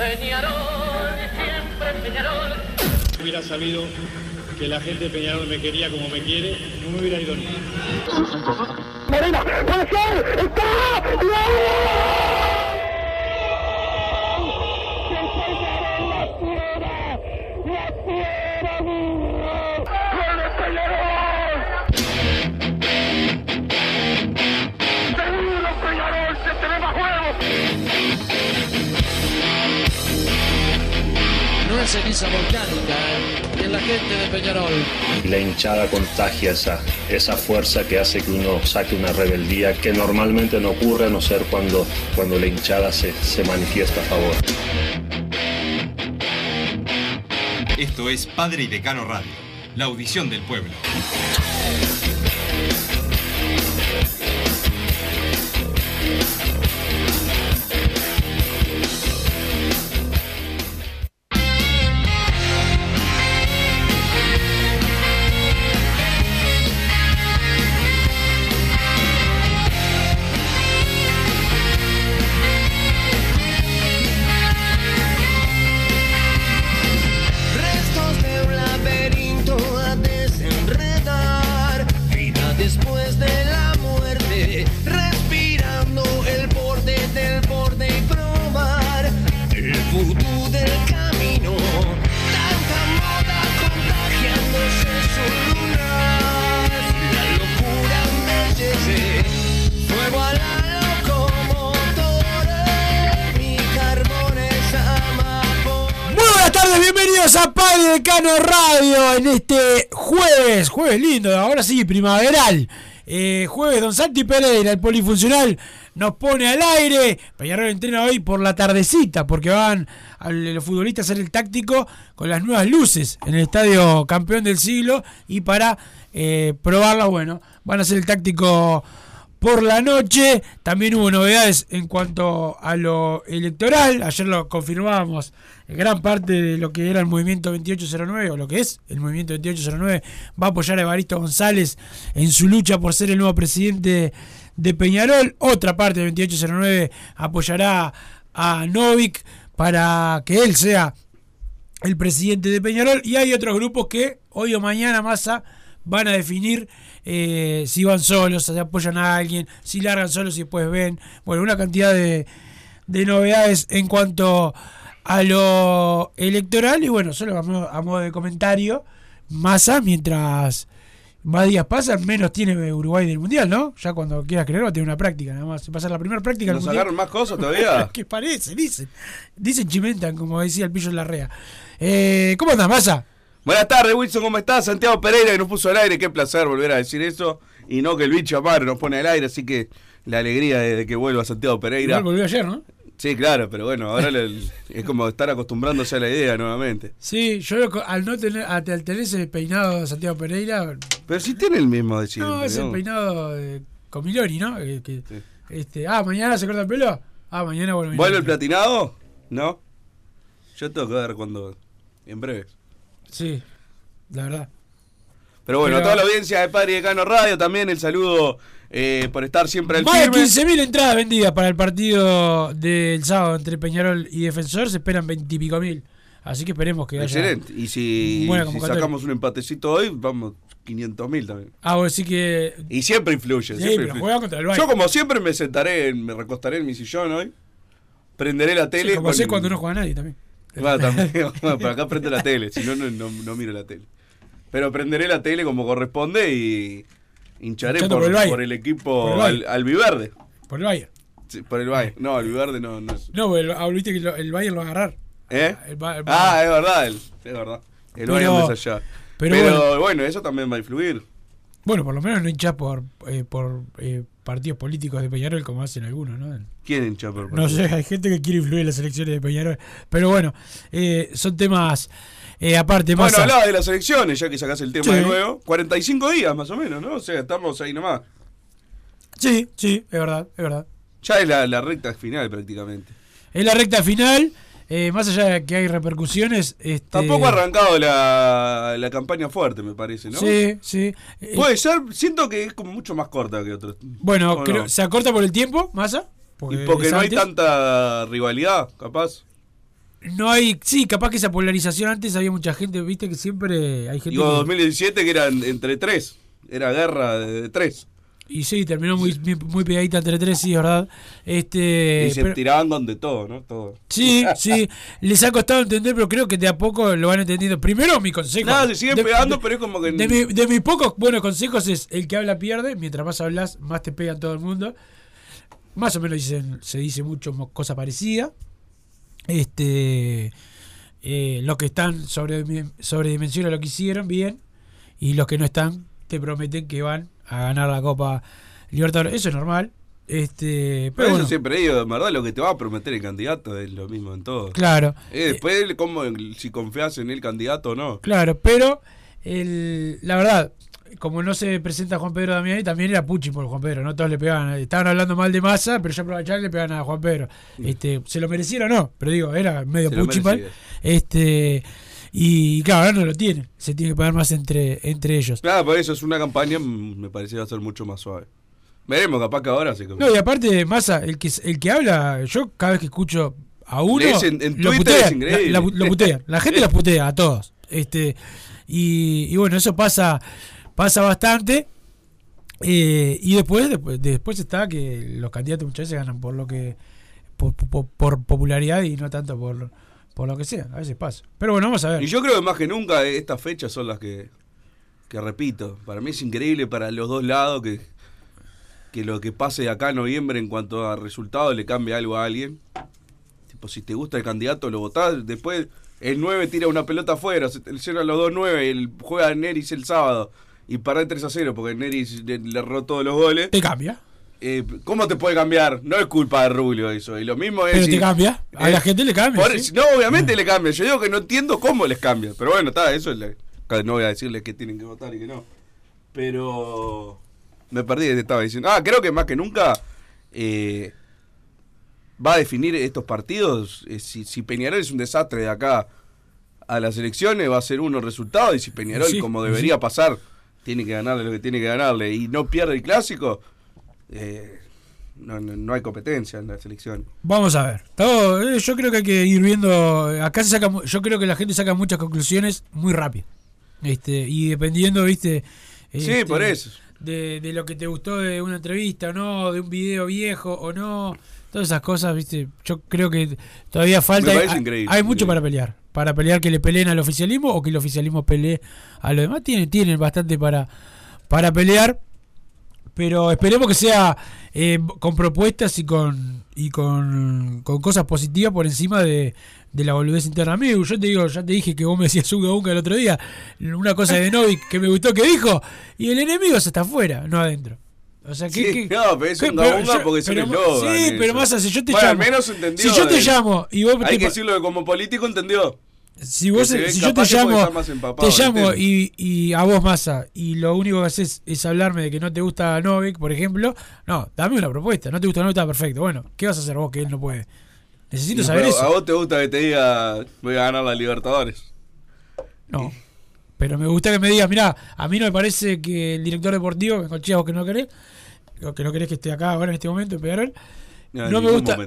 Peñarol, siempre Peñarol. Si hubiera sabido que la gente de Peñarol me quería como me quiere, no me hubiera ido ni. Morena, puede ser, está, No es ceniza volcánica, es la gente de Peñarol. Y la hinchada contagia esa fuerza que hace que uno saque una rebeldía que normalmente no ocurre a no ser cuando la hinchada se manifiesta a favor. Esto es Padre y Decano Radio, la audición del pueblo. Después de la muerte, respirando el borde del borde y probar el vudú del camino. Tanta moda contagiándose su lunar. La locura embellece, fuego a la locomotora. Mi carbón es amapola. Muy buenas tardes, bienvenidos a Padre y Decano Radio en este jueves lindo, ahora sí, primaveral. Jueves, don Santi Pereira, el polifuncional, nos pone al aire. Peñarol entrena hoy por la tardecita porque van los futbolistas a hacer el táctico con las nuevas luces en el estadio campeón del siglo y para probarlas, bueno, van a hacer el táctico por la noche. También hubo novedades en cuanto a lo electoral. Ayer lo confirmábamos. Gran parte de lo que era el movimiento 2809, o lo que es el movimiento 2809, va a apoyar a Evaristo González en su lucha por ser el nuevo presidente de Peñarol. Otra parte de 2809 apoyará a Novik para que él sea el presidente de Peñarol. Y hay otros grupos que hoy o mañana, Massa, van a definir si van solos, si apoyan a alguien, si largan solos y después ven. Bueno, una cantidad de novedades en cuanto a lo electoral. Y bueno, solo a modo de comentario, Massa, mientras más días pasan, menos tiene Uruguay del Mundial, ¿no? Ya cuando quieras creer va a tener una práctica, nada más. Va a ser la primera práctica del Mundial. ¿Nos sacaron más cosas todavía? ¿Qué parece? Dicen chimentan, como decía el Pillo en Larrea. ¿Cómo andás, Massa? Buenas tardes, Wilson, ¿cómo estás? Santiago Pereira, que nos puso al aire, qué placer volver a decir eso. Y no que el bicho Amaro nos pone al aire, así que la alegría de que vuelva Santiago Pereira. Igual volvió ayer, ¿no? Sí, claro, pero bueno, ahora es como estar acostumbrándose a la idea nuevamente. Sí, yo al tener ese peinado de Santiago Pereira... Pero sí tiene el mismo de siempre. No, es el peinado de Comiloni, ¿no? Sí. ¿Mañana se corta el pelo? Mañana vuelve. ¿Vuelve el platinado? ¿No? Yo tengo que ver cuando... En breve. Sí, la verdad. Pero bueno, a toda la audiencia de Padre y Decano Radio, también el saludo por estar siempre al firme. Más de 15.000 entradas vendidas para el partido del sábado entre Peñarol y Defensor, se esperan 20 y pico mil. Así que esperemos que haya. Excelente. Y si sacamos un empatecito hoy, vamos 500.000 también. Bueno, sí que. Y siempre influye. Sí, pero juega contra el Bayern. Yo, como siempre, me recostaré en mi sillón hoy. Prenderé la tele. Sí, como sé cuando no juega nadie también. También. Bueno, pero acá prende la tele, si no, no miro la tele. Pero prenderé la tele como corresponde y hincharé por el equipo por el albiverde. Por el Bayern. Sí, por el Bayern. No, albiverde no. No, viste que el Bayern lo va a agarrar. Es verdad. El Bayern es allá. Pero bueno, eso también va a influir. Bueno, por lo menos no hinchás por partidos políticos de Peñarol como hacen algunos, ¿no? ¿Quién hincha por partidos? No sé, hay gente que quiere influir en las elecciones de Peñarol. Pero bueno, son temas aparte. Bueno, hablaba de las elecciones, ya que sacás el tema de nuevo. 45 días más o menos, ¿no? O sea, estamos ahí nomás. Sí, es verdad. Ya es la recta final prácticamente. Es la recta final. Más allá de que hay repercusiones, tampoco ha arrancado la campaña fuerte, me parece, ¿no? Sí. Puede ser, siento que es como mucho más corta que otros. Bueno, creo, no? ¿Se acorta por el tiempo, Massa? Porque no hay tanta rivalidad, capaz. no hay, sí, capaz que esa polarización antes había mucha gente, viste que siempre hay gente. Digo, 2017 que eran entre tres, era guerra de tres. Y sí, terminó muy pegadita entre tres, sí, ¿verdad? Y se tiraban donde todo, ¿no? Todo. Sí, les ha costado entender, pero creo que de a poco lo van entendiendo. Primero, mi consejo. Nada, se siguen pegando, pero es como que... De mis pocos buenos consejos es: el que habla pierde, mientras más hablas, más te pegan todo el mundo. Más o menos se dice mucho cosa parecida. Los que están sobredimensionan lo que hicieron, bien. Y los que no están, te prometen que van a ganar la Copa Libertadores. Eso es normal. Pero bueno, eso siempre digo, de verdad, lo que te va a prometer el candidato es lo mismo en todo. Claro. Después, si confías en el candidato o no. Claro, pero la verdad, como no se presenta Juan Pedro Damiani, también era Pucci por Juan Pedro, no todos le pegaban. Estaban hablando mal de Massa, pero ya aprovecharon y le pegaban a Juan Pedro. ¿Se lo mereciera o no? Pero digo, era medio Pucci mal. Y claro, ahora no lo tienen. Se tiene que pagar más entre ellos. Claro, por eso es una campaña, me parece que va a ser mucho más suave. Veremos, capaz que ahora sí. No, y aparte, Massa, el que habla, yo cada vez que escucho a uno, en lo Twitter putean, es increíble. lo putean. La gente los putea a todos. Y bueno, eso pasa bastante. Y después está que los candidatos muchas veces ganan por popularidad y no tanto por lo que sea. A veces pasa. Pero bueno, vamos a ver. Y yo creo que más que nunca estas fechas son las que repito, para mí es increíble para los dos lados que lo que pase de acá a noviembre en cuanto a resultados le cambie algo a alguien. Tipo, si te gusta el candidato lo votás, después el 9 tira una pelota afuera, se lesionan los 2-9, juega Neris el sábado y para 3-0 porque Neris le erró todos los goles. ¿Te cambia? ¿Cómo te puede cambiar? No es culpa de Rubio eso. Y lo mismo es. Pero te cambia. A la gente le cambia. ¿sí? No, obviamente le cambia. Yo digo que no entiendo cómo les cambia. Pero bueno, eso es no voy a decirles que tienen que votar y que no. Pero me perdí, te estaba diciendo. Creo que más que nunca va a definir estos partidos. Si Peñarol es un desastre de acá a las elecciones, va a ser uno resultado. Y si Peñarol, como debería pasar, tiene que ganarle lo que tiene que ganarle y no pierde el clásico, no hay competencia en la selección. Vamos a ver. Yo creo que hay que ir viendo. Acá yo creo que la gente saca muchas conclusiones muy rápido. Y dependiendo, ¿viste? Sí, por eso. De lo que te gustó de una entrevista o no, de un video viejo o no, todas esas cosas, ¿viste? Yo creo que todavía falta. Hay mucho para pelear. Para pelear que le peleen al oficialismo o que el oficialismo pelee a los demás. Tienen bastante para pelear. Pero esperemos que sea con propuestas y con cosas positivas por encima de la boludez interna. Amigo, ya te dije que vos me decías unga el otro día, una cosa de Novik que me gustó que dijo, y el enemigo se está afuera, no adentro. O sea, no, pero es unga porque son el lobo. Sí, pero más si yo te llamo. Al menos entendió. Si yo te llamo y vos hay que decirlo que como político entendió. Si yo te llamo y a vos, Massa, y lo único que haces es hablarme de que no te gusta Novik, por ejemplo, no, dame una propuesta. No te gusta Novik, está perfecto. Bueno, ¿qué vas a hacer vos que él no puede? Necesito saber eso. ¿A vos te gusta que te diga voy a ganar la Libertadores? No, pero me gusta que me digas, mirá, a mí no me parece que el director deportivo, me conchías vos que no querés que esté acá ahora en este momento en Peñarol. No me gusta,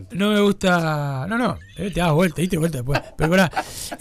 te das vuelta, diste vuelta después. Pero pará,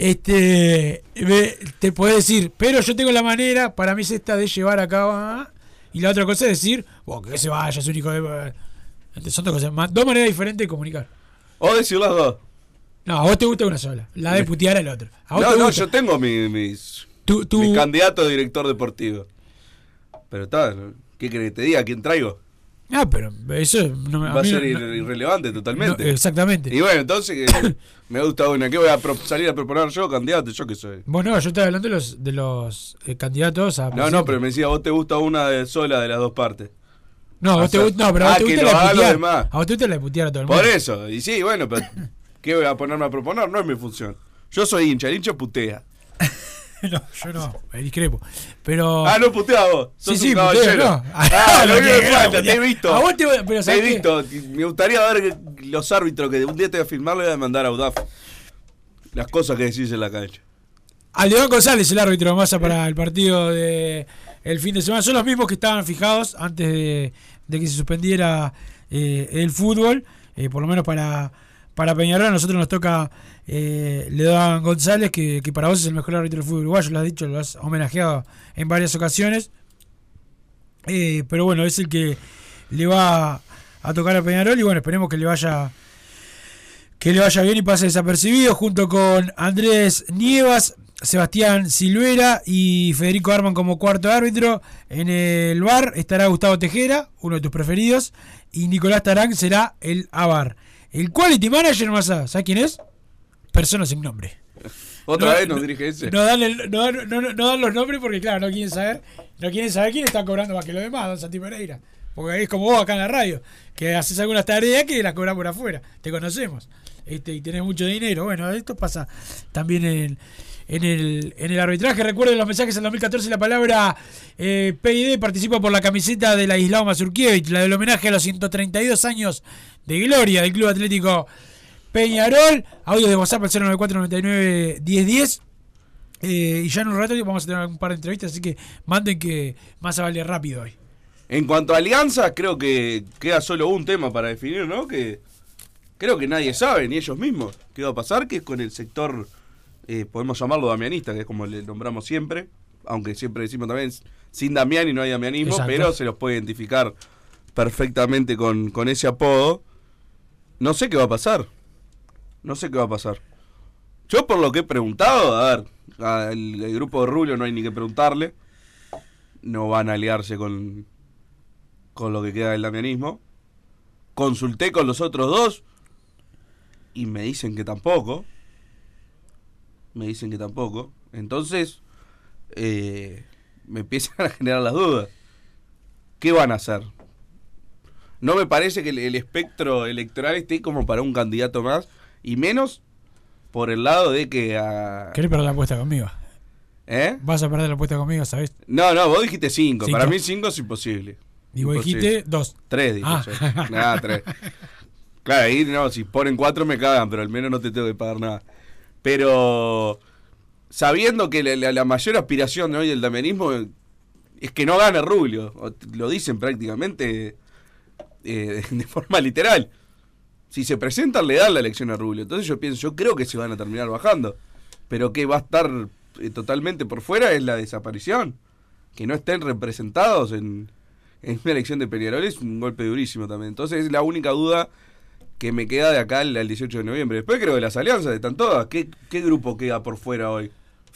te podés decir, pero yo tengo la manera, para mí es esta de llevar a cabo, y la otra cosa es decir, que se vaya, es único de. Son dos cosas, dos maneras diferentes de comunicar. O decir las dos. No, a vos te gusta una sola, la de putear al otro. Yo tengo mi candidato a director deportivo. Pero está, ¿qué querés que te diga? ¿Quién traigo? Pero eso va a ser irrelevante totalmente. No, exactamente. Y bueno, entonces me gusta una. ¿Qué voy a salir a proponer yo, candidato? ¿Yo qué soy? Bueno, yo estaba hablando de los candidatos a presidente. No, pero me decía, vos te gusta una sola de las dos partes. No, a vos te gusta, pero a vos te gusta la putear. A vos te gusta la putear a todo el mundo. Por eso, y sí, bueno, pero ¿qué voy a ponerme a proponer? No es mi función. Yo soy hincha, el hincha putea. No, yo no, discrepo. Pero. No puteás vos. Sos un caballero. No. Lo que me falta, te he visto. A vos te he visto. Me gustaría ver los árbitros que un día te voy a filmar, le voy a mandar a UDAF. Las cosas que decís en la cancha. A León González, el árbitro de Massa para el partido de el fin de semana. Son los mismos que estaban fijados antes de que se suspendiera el fútbol, por lo menos para para Peñarol. A nosotros nos toca Leodan González, que para vos es el mejor árbitro del fútbol uruguayo, lo has dicho, lo has homenajeado en varias ocasiones. Pero bueno, es el que le va a tocar a Peñarol y bueno, esperemos que le vaya bien y pase desapercibido, junto con Andrés Nievas, Sebastián Silvera y Federico Arman como cuarto árbitro. En el VAR estará Gustavo Tejera, uno de tus preferidos, y Nicolás Tarán será el AVAR. El Quality Manager, ¿sabes quién es? Persona sin nombre. Otra vez nos dirige ese. No dan los nombres porque, claro, no quieren saber quién está cobrando más que los demás, don Santi Pereira. Porque es como vos acá en la radio, que haces algunas tareas que las cobras por afuera. Te conocemos. Y tenés mucho dinero. Bueno, esto pasa también en el arbitraje. Recuerden los mensajes en 2014. La palabra PID participa por la camiseta de Ladislao Mazurkiewicz, la del homenaje a los 132 años de gloria del Club Atlético Peñarol. Audio de WhatsApp al 094-99-1010. Y ya en un rato vamos a tener un par de entrevistas, así que manden que más vale rápido hoy. En cuanto a alianzas, creo que queda solo un tema para definir, ¿no? Que creo que nadie sabe, ni ellos mismos, qué va a pasar, que es con el sector, podemos llamarlo damianista, que es como le nombramos siempre, aunque siempre decimos también sin Damián y no hay damianismo. Exacto. Pero se los puede identificar perfectamente con ese apodo. No sé qué va a pasar. Yo por lo que he preguntado, a ver, al grupo de Rubio no hay ni que preguntarle, no van a aliarse con lo que queda del damianismo. Consulté con los otros dos y me dicen que tampoco. Entonces me empiezan a generar las dudas. ¿Qué van a hacer? No me parece que el espectro electoral esté como para un candidato más, y menos por el lado de que ¿Querés perder la apuesta conmigo? ¿Vas a perder la apuesta conmigo, sabés? No, vos dijiste 5. Para mí 5 es imposible. Y vos dijiste 2. 3, dije yo. 3. Claro, ahí no, si ponen 4 me cagan, pero al menos no te tengo que pagar nada. Pero sabiendo que la mayor aspiración de hoy del damianismo es que no gane Rubio, lo dicen prácticamente de forma literal. Si se presentan, le dan la elección a Rubio. Entonces yo creo que se van a terminar bajando. Pero que va a estar totalmente por fuera es la desaparición. Que no estén representados en una elección de Peñarol es un golpe durísimo también. Entonces es la única duda que me queda de acá al 18 de noviembre. Después creo que las alianzas están todas. ¿Qué grupo queda por fuera hoy?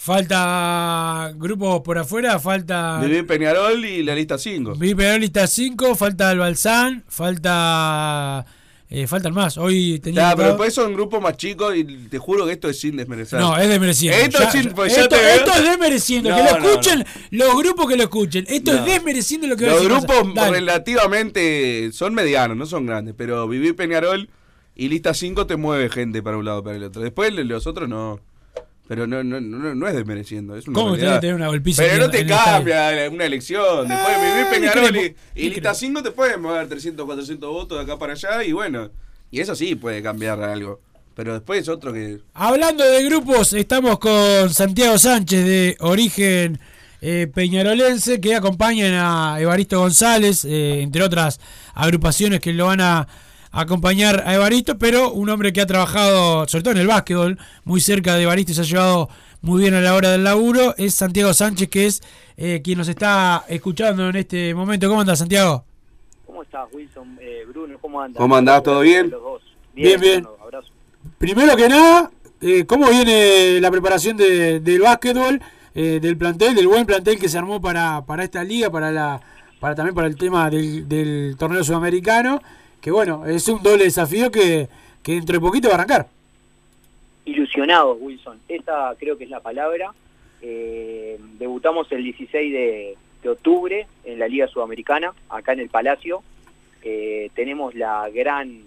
Falta grupos por afuera, falta... Viví Peñarol y la lista 5. Viví Peñarol, lista 5, falta el Balsán, faltan más. Hoy tenía pero después son grupos más chicos y te juro que esto es sin desmerecer. No, es desmereciendo. Esto es desmereciendo. Que lo escuchen los grupos que lo escuchen. Esto es desmereciendo lo que los grupos relativamente son medianos, no son grandes. Pero Viví Peñarol y lista 5 te mueve gente para un lado o para el otro. Después los otros no. Pero no es desmereciendo. Es una ¿cómo realidad. te tener una golpiza? Pero no te cambia una elección. Después Viví Peñarol y lista 5 te pueden mover 300, 400 votos de acá para allá. Y bueno, y eso sí puede cambiar algo. Pero después otro que... Hablando de grupos, estamos con Santiago Sánchez, de origen peñarolense, que acompañan a Evaristo González, entre otras agrupaciones que lo van a acompañar a Evaristo, pero un hombre que ha trabajado, sobre todo en el básquetbol, muy cerca de Evaristo y se ha llevado muy bien a la hora del laburo, es Santiago Sánchez, que es quien nos está escuchando en este momento. ¿Cómo andás, Santiago? ¿Cómo estás, Wilson? Bruno, ¿cómo andas? ¿Cómo andás? ¿Todo bien? Los dos. Bien. Bueno, abrazo. Primero que nada, ¿cómo viene la preparación del básquetbol, del plantel, del buen plantel que se armó para esta liga, también para el tema del torneo sudamericano? Que bueno, es un doble desafío que dentro de poquito va a arrancar. Ilusionados, Wilson. Esta creo que es la palabra. Debutamos el 16 de octubre en la Liga Sudamericana, acá en el Palacio. Tenemos la gran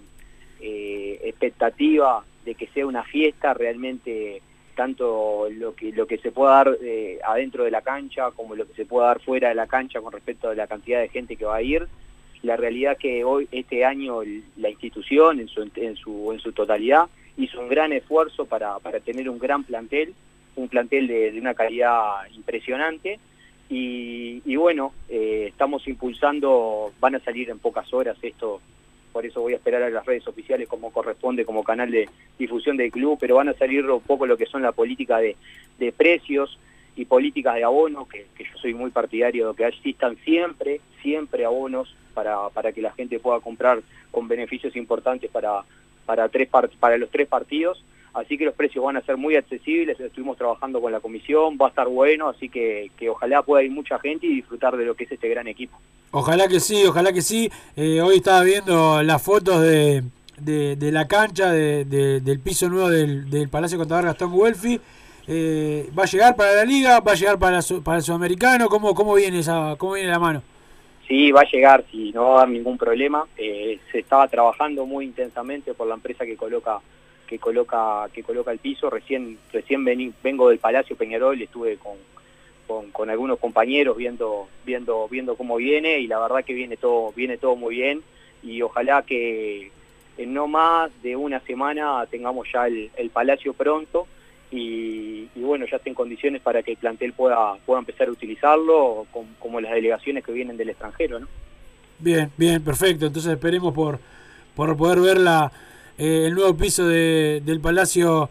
expectativa de que sea una fiesta realmente, tanto lo que se pueda dar adentro de la cancha como lo que se pueda dar fuera de la cancha con respecto a la cantidad de gente que va a ir. La realidad que este año la institución en su totalidad hizo un gran esfuerzo para tener un gran plantel, un plantel de una calidad impresionante y bueno, estamos impulsando, van a salir en pocas horas por eso voy a esperar a las redes oficiales como corresponde, como canal de difusión del club, pero van a salir un poco lo que son la política de precios y políticas de abono, que yo soy muy partidario de que existan siempre abonos para que la gente pueda comprar con beneficios importantes para los 3 partidos. Así que los precios van a ser muy accesibles, estuvimos trabajando con la comisión, va a estar bueno, así que ojalá pueda ir mucha gente y disfrutar de lo que es este gran equipo. Ojalá que sí, ojalá que sí. Hoy estaba viendo las fotos de la cancha, del piso nuevo del Palacio Contador Gastón Guelfi. ¿Va a llegar para la Liga? ¿Va a llegar para el Sudamericano? ¿Cómo viene la mano? Sí, va a llegar, sí, no va a haber ningún problema. Se estaba trabajando muy intensamente por la empresa que coloca el piso. Recién vengo del Palacio Peñarol, estuve con algunos compañeros viendo cómo viene, y la verdad que viene todo muy bien, y ojalá que en no más de una semana tengamos ya el Palacio pronto y bueno, ya esté en condiciones para que el plantel pueda empezar a utilizarlo como las delegaciones que vienen del extranjero, ¿no? Bien, perfecto. Entonces esperemos por poder ver el nuevo piso del Palacio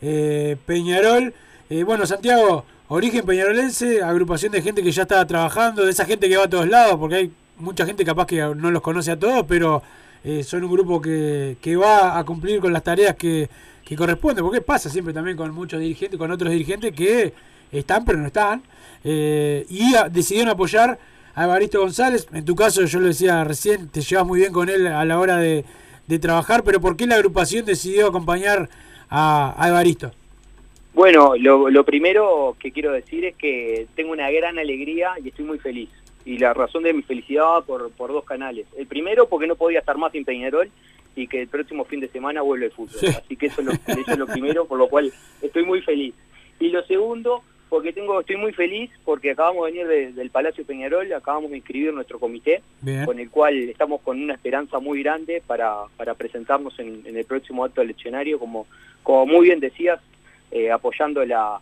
Peñarol. Bueno, Santiago, origen peñarolense, agrupación de gente que ya está trabajando, de esa gente que va a todos lados, porque hay mucha gente capaz que no los conoce a todos, pero son un grupo que va a cumplir con las tareas que corresponden, porque pasa siempre también con muchos dirigentes, con otros dirigentes que están pero no están, y decidieron apoyar a Evaristo González. En tu caso, yo lo decía recién, te llevas muy bien con él a la hora de trabajar, pero ¿por qué la agrupación decidió acompañar a Evaristo? Bueno, lo primero que quiero decir es que tengo una gran alegría y estoy muy feliz. Y la razón de mi felicidad va por 2 canales. El primero, porque no podía estar más en Peñarol y que el próximo fin de semana vuelve el fútbol. Sí. Así que eso es lo primero, por lo cual estoy muy feliz. Y lo segundo, porque estoy muy feliz porque acabamos de venir del Palacio Peñarol, acabamos de inscribir nuestro comité, bien, con el cual estamos con una esperanza muy grande para presentarnos en el próximo acto eleccionario, como muy bien decías, apoyando el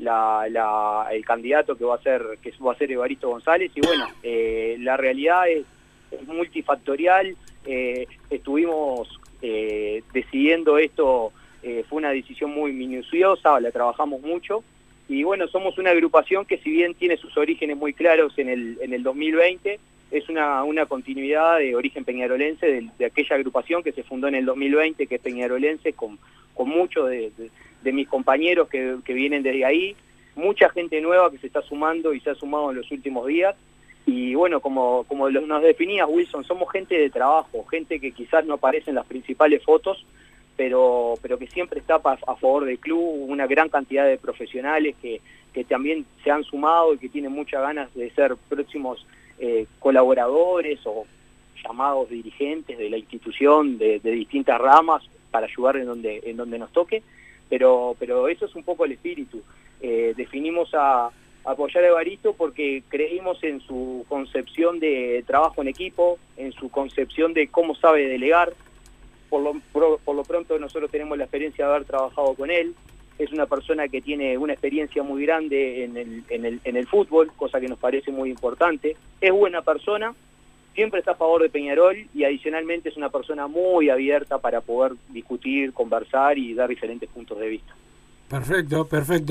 candidato que va a ser Evaristo González. Y bueno, la realidad es multifactorial. Estuvimos decidiendo esto, fue una decisión muy minuciosa, la trabajamos mucho, y bueno, somos una agrupación que, si bien tiene sus orígenes muy claros en el 2020, es una continuidad de origen peñarolense de aquella agrupación que se fundó en el 2020, que es peñarolense, con muchos de mis compañeros que vienen desde ahí, mucha gente nueva que se está sumando y se ha sumado en los últimos días. Y bueno, como nos definías, Wilson, somos gente de trabajo, gente que quizás no aparece en las principales fotos, pero que siempre está a favor del club, una gran cantidad de profesionales que también se han sumado y que tienen muchas ganas de ser próximos colaboradores o llamados dirigentes de la institución de distintas ramas para ayudar en donde nos toque, pero eso es un poco el espíritu. Definimos a apoyar a Evaristo porque creímos en su concepción de trabajo en equipo, en su concepción de cómo sabe delegar. Por lo pronto nosotros tenemos la experiencia de haber trabajado con él. Es una persona que tiene una experiencia muy grande en el fútbol, cosa que nos parece muy importante. Es buena persona, siempre está a favor de Peñarol, y adicionalmente es una persona muy abierta para poder discutir, conversar y dar diferentes puntos de vista. Perfecto.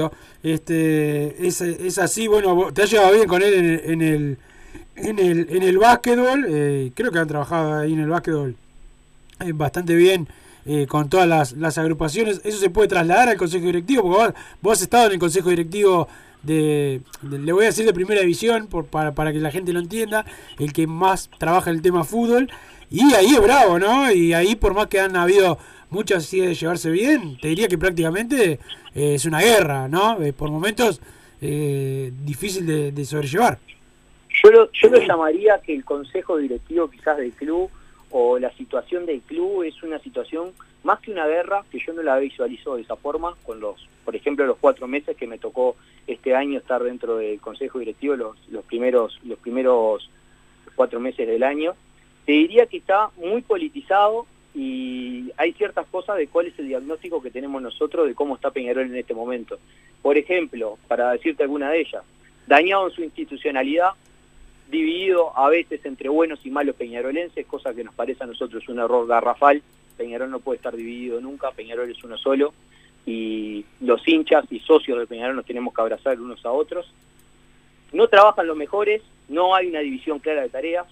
Es así. Bueno, te has llevado bien con él en el básquetbol. Creo que han trabajado ahí en el básquetbol bastante bien con todas las agrupaciones. Eso se puede trasladar al consejo directivo, porque vos has estado en el consejo directivo le voy a decir de primera división para que la gente lo entienda, el que más trabaja el tema fútbol, y ahí es bravo, ¿no? Y ahí, por más que han habido muchas ideas de llevarse bien, te diría que prácticamente es una guerra, ¿no? Por momentos difícil de sobrellevar. Yo lo llamaría que el consejo directivo quizás del club o la situación del club es una situación más que una guerra, que yo no la visualizo de esa forma, por ejemplo, los 4 meses que me tocó este año estar dentro del consejo directivo, los primeros 4 meses del año. Te diría que está muy politizado y hay ciertas cosas de cuál es el diagnóstico que tenemos nosotros de cómo está Peñarol en este momento. Por ejemplo, para decirte alguna de ellas, dañado en su institucionalidad, dividido a veces entre buenos y malos peñarolenses, cosa que nos parece a nosotros un error garrafal. Peñarol no puede estar dividido nunca, Peñarol es uno solo, y los hinchas y socios de Peñarol nos tenemos que abrazar unos a otros. No trabajan los mejores, no hay una división clara de tareas,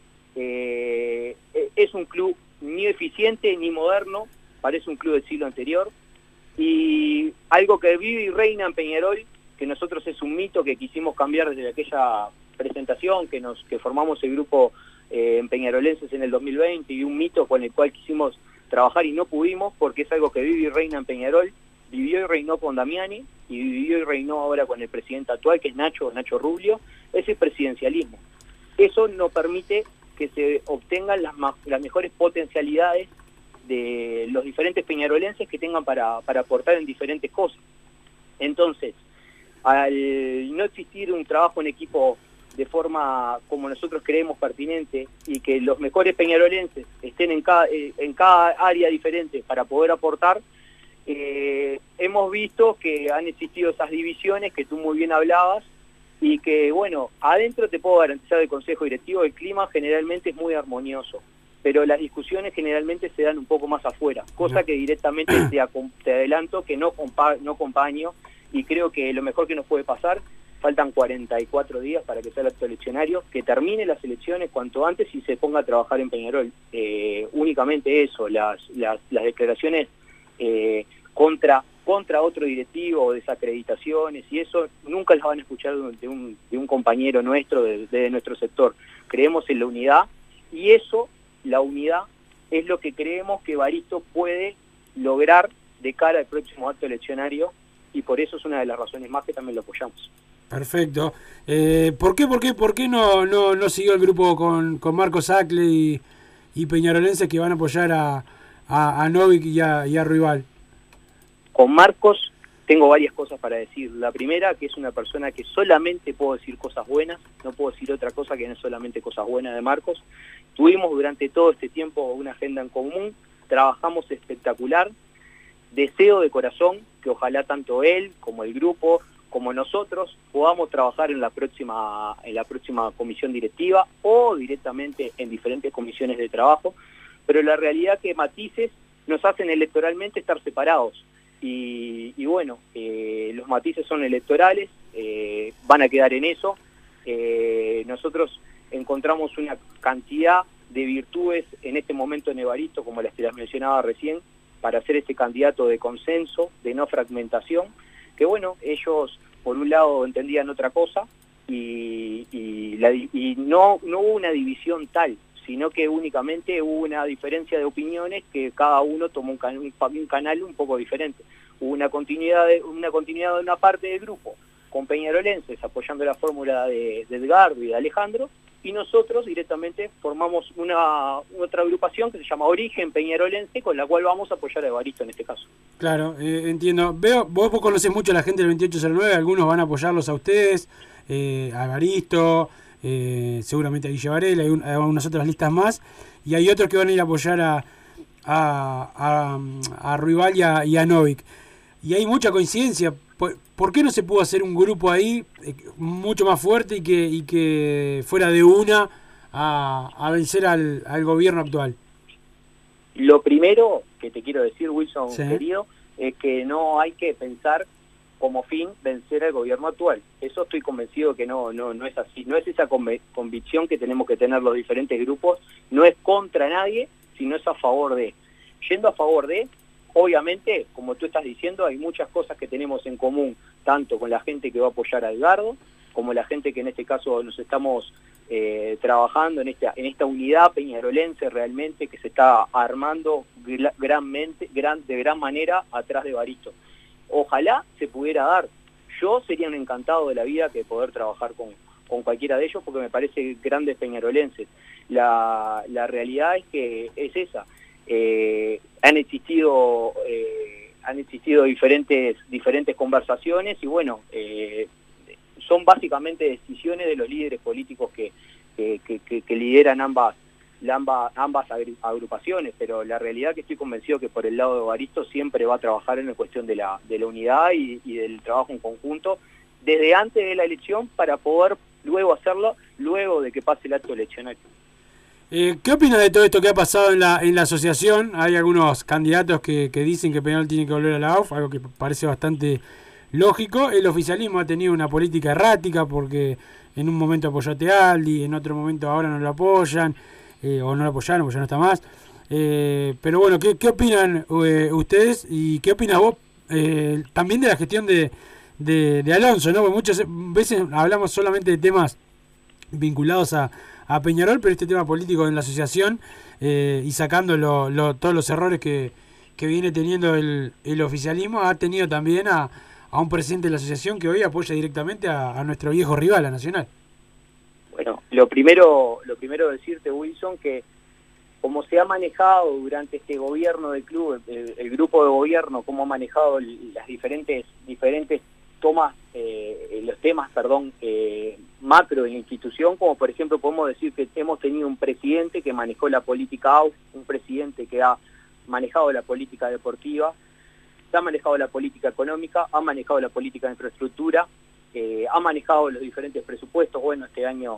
es un club ni eficiente ni moderno, parece un club del siglo anterior, y algo que vive y reina en Peñarol, que nosotros es un mito que quisimos cambiar desde aquella presentación que formamos el grupo en Peñarolenses en el 2020, y un mito con el cual quisimos trabajar y no pudimos, porque es algo que vive y reina en Peñarol, vivió y reinó con Damiani, y vivió y reinó ahora con el presidente actual, que es Nacho Rubio, es el presidencialismo. Eso no permite que se obtengan las mejores potencialidades de los diferentes peñarolenses que tengan para aportar en diferentes cosas. Entonces, al no existir un trabajo en equipo de forma como nosotros creemos pertinente, y que los mejores peñarolenses estén en cada área diferente para poder aportar, hemos visto que han existido esas divisiones que tú muy bien hablabas, y que, bueno, adentro te puedo garantizar del Consejo Directivo, el clima generalmente es muy armonioso, pero las discusiones generalmente se dan un poco más afuera, cosa que directamente te adelanto que no acompaño, y creo que lo mejor que nos puede pasar, faltan 44 días para que sea el acto eleccionario, que termine las elecciones cuanto antes y se ponga a trabajar en Peñarol. Únicamente eso, las declaraciones contra otro directivo, desacreditaciones y eso, nunca las van a escuchar de un compañero nuestro, de nuestro sector. Creemos en la unidad, y eso, la unidad, es lo que creemos que Evaristo puede lograr de cara al próximo acto eleccionario, y por eso es una de las razones más que también lo apoyamos. Perfecto. ¿Por qué no siguió el grupo con Marcos Acle y Peñarolenses, que van a apoyar a Novik y a Ruibal? Con Marcos tengo varias cosas para decir. La primera, que es una persona que solamente puedo decir cosas buenas, no puedo decir otra cosa que no es solamente cosas buenas de Marcos. Tuvimos durante todo este tiempo una agenda en común, trabajamos espectacular, deseo de corazón que ojalá tanto él como el grupo como nosotros podamos trabajar en la próxima comisión directiva o directamente en diferentes comisiones de trabajo, pero la realidad que matices nos hacen electoralmente estar separados, y bueno, los matices son electorales, van a quedar en eso. Nosotros encontramos una cantidad de virtudes en este momento en Evaristo, como las que las mencionaba recién, para ser este candidato de consenso, de no fragmentación, que bueno, ellos por un lado entendían otra cosa, y no hubo una división tal, sino que únicamente hubo una diferencia de opiniones, que cada uno tomó un canal un poco diferente. Hubo una continuidad de una parte del grupo, con peñarolenses apoyando la fórmula de Edgardo y de Alejandro, y nosotros directamente formamos otra agrupación que se llama Origen Peñarolense, con la cual vamos a apoyar a Evaristo en este caso. Claro, entiendo. Vos conocés mucho a la gente del 2809, algunos van a apoyarlos a ustedes, a Evaristo, seguramente a Guille Varela, hay unas otras listas más, y hay otros que van a ir a apoyar a Ruibal y a Novik. Y hay mucha coincidencia. ¿Por qué no se pudo hacer un grupo ahí mucho más fuerte y que fuera de una a vencer al gobierno actual? Lo primero que te quiero decir, Wilson, sí, querido, es que no hay que pensar como fin vencer al gobierno actual. Eso estoy convencido que no es así. No es esa convicción que tenemos que tener los diferentes grupos. No es contra nadie, sino es a favor de. Yendo a favor de, obviamente, como tú estás diciendo, hay muchas cosas que tenemos en común, tanto con la gente que va a apoyar a Edgardo, como la gente que en este caso nos estamos trabajando en esta unidad peñarolense realmente, que se está armando de gran manera atrás de Evaristo. Ojalá se pudiera dar. Yo sería un encantado de la vida que poder trabajar con cualquiera de ellos, porque me parece grandes peñarolenses. La realidad es que es esa. Han existido diferentes conversaciones, y bueno, son básicamente decisiones de los líderes políticos que lideran ambas agrupaciones, pero la realidad que estoy convencido que por el lado de Evaristo siempre va a trabajar en la cuestión de la unidad y del trabajo en conjunto desde antes de la elección, para poder luego hacerlo, luego de que pase el acto eleccionario. ¿Qué opinas de todo esto que ha pasado en la asociación? Hay algunos candidatos que dicen que Peñarol tiene que volver a la AUF, algo que parece bastante lógico. El oficialismo ha tenido una política errática porque en un momento apoyó a Tealdi, en otro momento ahora no lo apoyan, o no lo apoyaron porque ya no está más. Pero bueno, ¿qué opinan ustedes y qué opinas vos también de la gestión de Alonso, ¿no? Porque muchas veces hablamos solamente de temas vinculados a Peñarol, pero este tema político en la asociación y sacando todos los errores que viene teniendo el oficialismo, ha tenido también a un presidente de la asociación que hoy apoya directamente a nuestro viejo rival, a Nacional. Bueno, lo primero decirte, Wilson, que como se ha manejado durante este gobierno del club, el grupo de gobierno, cómo ha manejado las diferentes tomas, los temas, macro en la institución, como por ejemplo podemos decir que hemos tenido un presidente que manejó la política AUF, un presidente que ha manejado la política deportiva, ha manejado la política económica, ha manejado la política de infraestructura, ha manejado los diferentes presupuestos. Bueno, este año,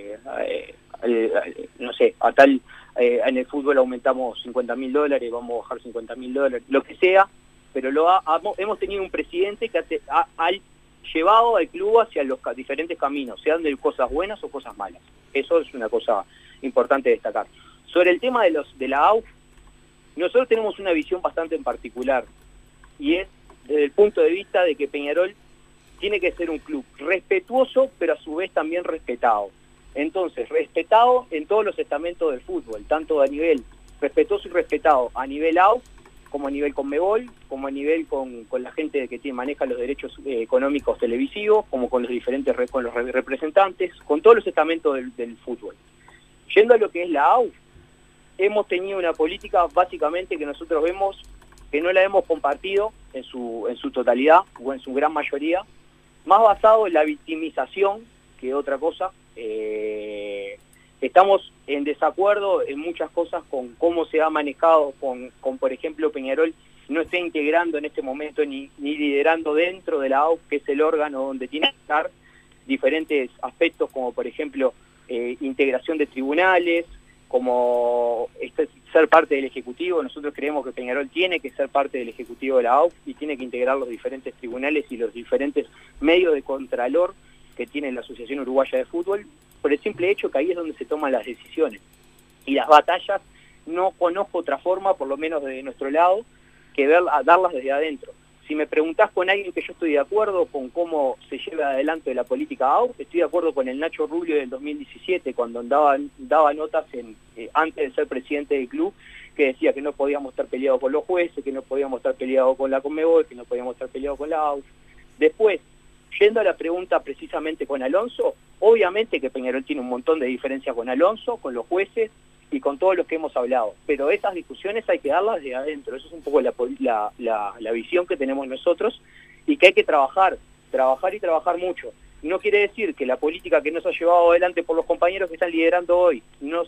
no sé, en el fútbol aumentamos $50.000, vamos a bajar $50.000, lo que sea, pero hemos tenido un presidente que ha llevado al club hacia los diferentes caminos, sean de cosas buenas o cosas malas. Eso es una cosa importante destacar. Sobre el tema de la AUF, nosotros tenemos una visión bastante en particular, y es desde el punto de vista de que Peñarol tiene que ser un club respetuoso, pero a su vez también respetado. Entonces, respetado en todos los estamentos del fútbol, tanto a nivel respetuoso y respetado a nivel AUF, como a nivel Conmebol, como a nivel con la gente que maneja los derechos económicos televisivos, como con los diferentes con los representantes, con todos los estamentos del fútbol. Yendo a lo que es la AUF, hemos tenido una política básicamente que nosotros vemos que no la hemos compartido en su totalidad o en su gran mayoría, más basado en la victimización que otra cosa. Estamos en desacuerdo en muchas cosas con cómo se ha manejado, con por ejemplo, Peñarol no está integrando en este momento ni liderando dentro de la AUF, que es el órgano donde tiene que estar diferentes aspectos, como por ejemplo integración de tribunales, como ser parte del Ejecutivo. Nosotros creemos que Peñarol tiene que ser parte del Ejecutivo de la AUF y tiene que integrar los diferentes tribunales y los diferentes medios de contralor que tiene la Asociación Uruguaya de Fútbol, por el simple hecho que ahí es donde se toman las decisiones. Y las batallas no conozco otra forma, por lo menos de nuestro lado, que darlas desde adentro. Si me preguntás con alguien que yo estoy de acuerdo con cómo se lleva adelante la política AUF, estoy de acuerdo con el Nacho Rubio del 2017, cuando daba notas antes de ser presidente del club, que decía que no podíamos estar peleados con los jueces, que no podíamos estar peleados con la Conmebol, que no podíamos estar peleados con la AUF. Después, yendo a la pregunta precisamente con Alonso, obviamente que Peñarol tiene un montón de diferencias con Alonso, con los jueces y con todos los que hemos hablado, pero esas discusiones hay que darlas de adentro. Eso es un poco la visión que tenemos nosotros y que hay que trabajar y trabajar mucho. No quiere decir que la política que nos ha llevado adelante por los compañeros que están liderando hoy no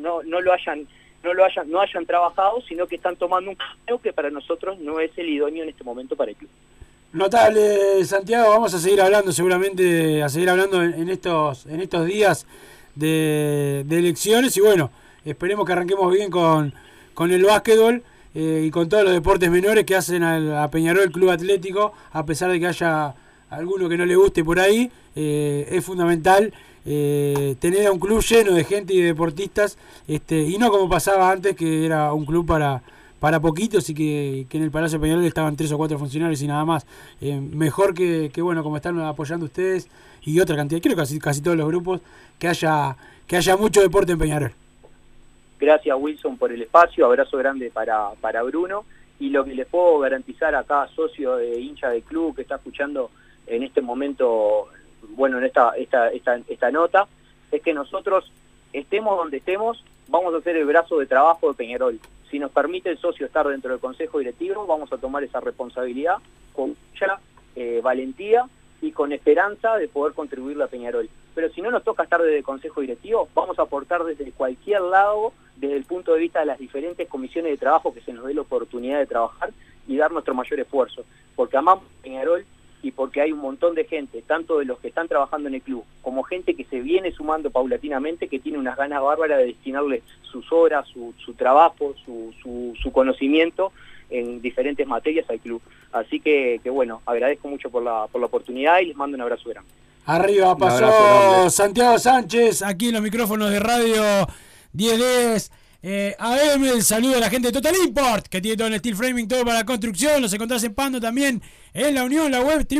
hayan trabajado, sino que están tomando un camino que para nosotros no es el idóneo en este momento para el club. Notable, Santiago. Vamos a seguir hablando seguramente, en estos días de elecciones, y bueno, esperemos que arranquemos bien con el básquetbol y con todos los deportes menores que hacen a Peñarol el Club Atlético, a pesar de que haya alguno que no le guste por ahí. Es fundamental tener a un club lleno de gente y de deportistas, y no como pasaba antes, que era un club para poquitos y que en el Palacio Peñarol estaban 3 o 4 funcionarios y nada más. Mejor que bueno, como están apoyando ustedes y otra cantidad, creo que casi todos los grupos, que haya mucho deporte en Peñarol. Gracias, Wilson, por el espacio. Abrazo grande para Bruno. Y lo que les puedo garantizar a cada socio de hincha del club que está escuchando en este momento, bueno, en esta nota, es que nosotros, estemos donde estemos, vamos a hacer el brazo de trabajo de Peñarol. Si nos permite el socio estar dentro del Consejo Directivo, vamos a tomar esa responsabilidad con mucha valentía y con esperanza de poder contribuirle a Peñarol. Pero si no nos toca estar desde el Consejo Directivo, vamos a aportar desde cualquier lado, desde el punto de vista de las diferentes comisiones de trabajo que se nos dé la oportunidad de trabajar y dar nuestro mayor esfuerzo. Porque amamos Peñarol, y porque hay un montón de gente, tanto de los que están trabajando en el club, como gente que se viene sumando paulatinamente, que tiene unas ganas bárbaras de destinarle sus horas, su trabajo, su conocimiento en diferentes materias al club. Así que bueno, agradezco mucho por la oportunidad y les mando un abrazo grande. Arriba pasó Santiago Sánchez, aquí en los micrófonos de Radio 1010. AM, el saludo a la gente de Total Import, que tiene todo el steel framing, todo para la construcción. Los encontrás en Pando también, en La Unión, la web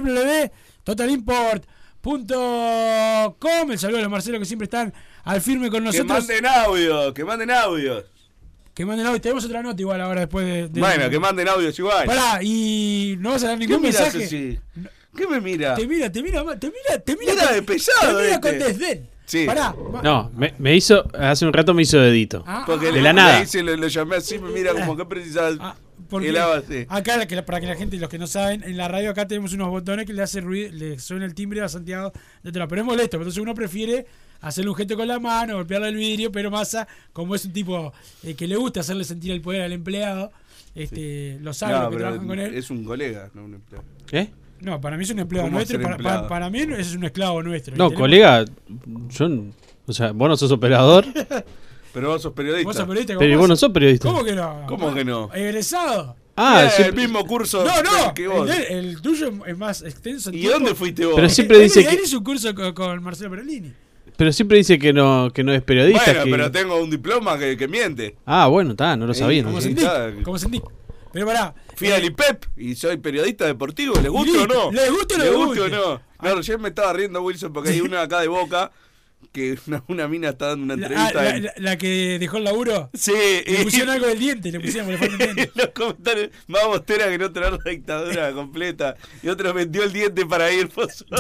www.totalimport.com. El saludo a los Marcelo que siempre están al firme con nosotros. Que manden audio. Tenemos otra nota igual ahora después de Bueno, que manden audios igual. Pará, y no vas a dar ningún mensaje. ¿Qué me mira? Te mira de pesado. Te mira con desdén. Sí. Pará. No, me hizo, hace un rato me hizo dedito. Porque de la nada. Lo llamé así, me mira como que precisas. Acá, para que la gente, los que no saben, en la radio acá tenemos unos botones que le hace ruido, le suena el timbre a Santiago de atrás, pero es molesto, entonces uno prefiere hacerle un gesto con la mano, golpearle el vidrio, pero Massa, como es un tipo que le gusta hacerle sentir el poder al empleado, lo sabe, los que trabajan con él. Es un colega, no un empleado. No, para mí es un empleado nuestro, para mí ese es un esclavo nuestro. No, colega, o sea, vos no sos operador. Pero vos sos periodista. ¿Vos sos periodista? Pero vos no sos periodista. ¿Cómo que no? ¿Cómo que no? Egresado. El mismo curso que vos. El tuyo es más extenso. ¿Y dónde fuiste vos? Pero siempre dice que... Él hizo un curso con Marcelo Perolini. Pero siempre dice que no es periodista. Bueno, pero tengo un diploma que miente. Ah, bueno, no lo sabía. ¿Cómo sentí? Pero pará. Fui al IPEP y soy periodista deportivo. ¿Les gusta o no? ¿Les gusta o no? No, recién me estaba riendo, Wilson, porque hay una acá de Boca que una mina está dando una entrevista. ¿La que dejó el laburo? Sí. Le pusieron algo del diente, le pusieron el diente. Los comentarios, más bostera que no tener la dictadura completa. Y otro vendió el diente para ir.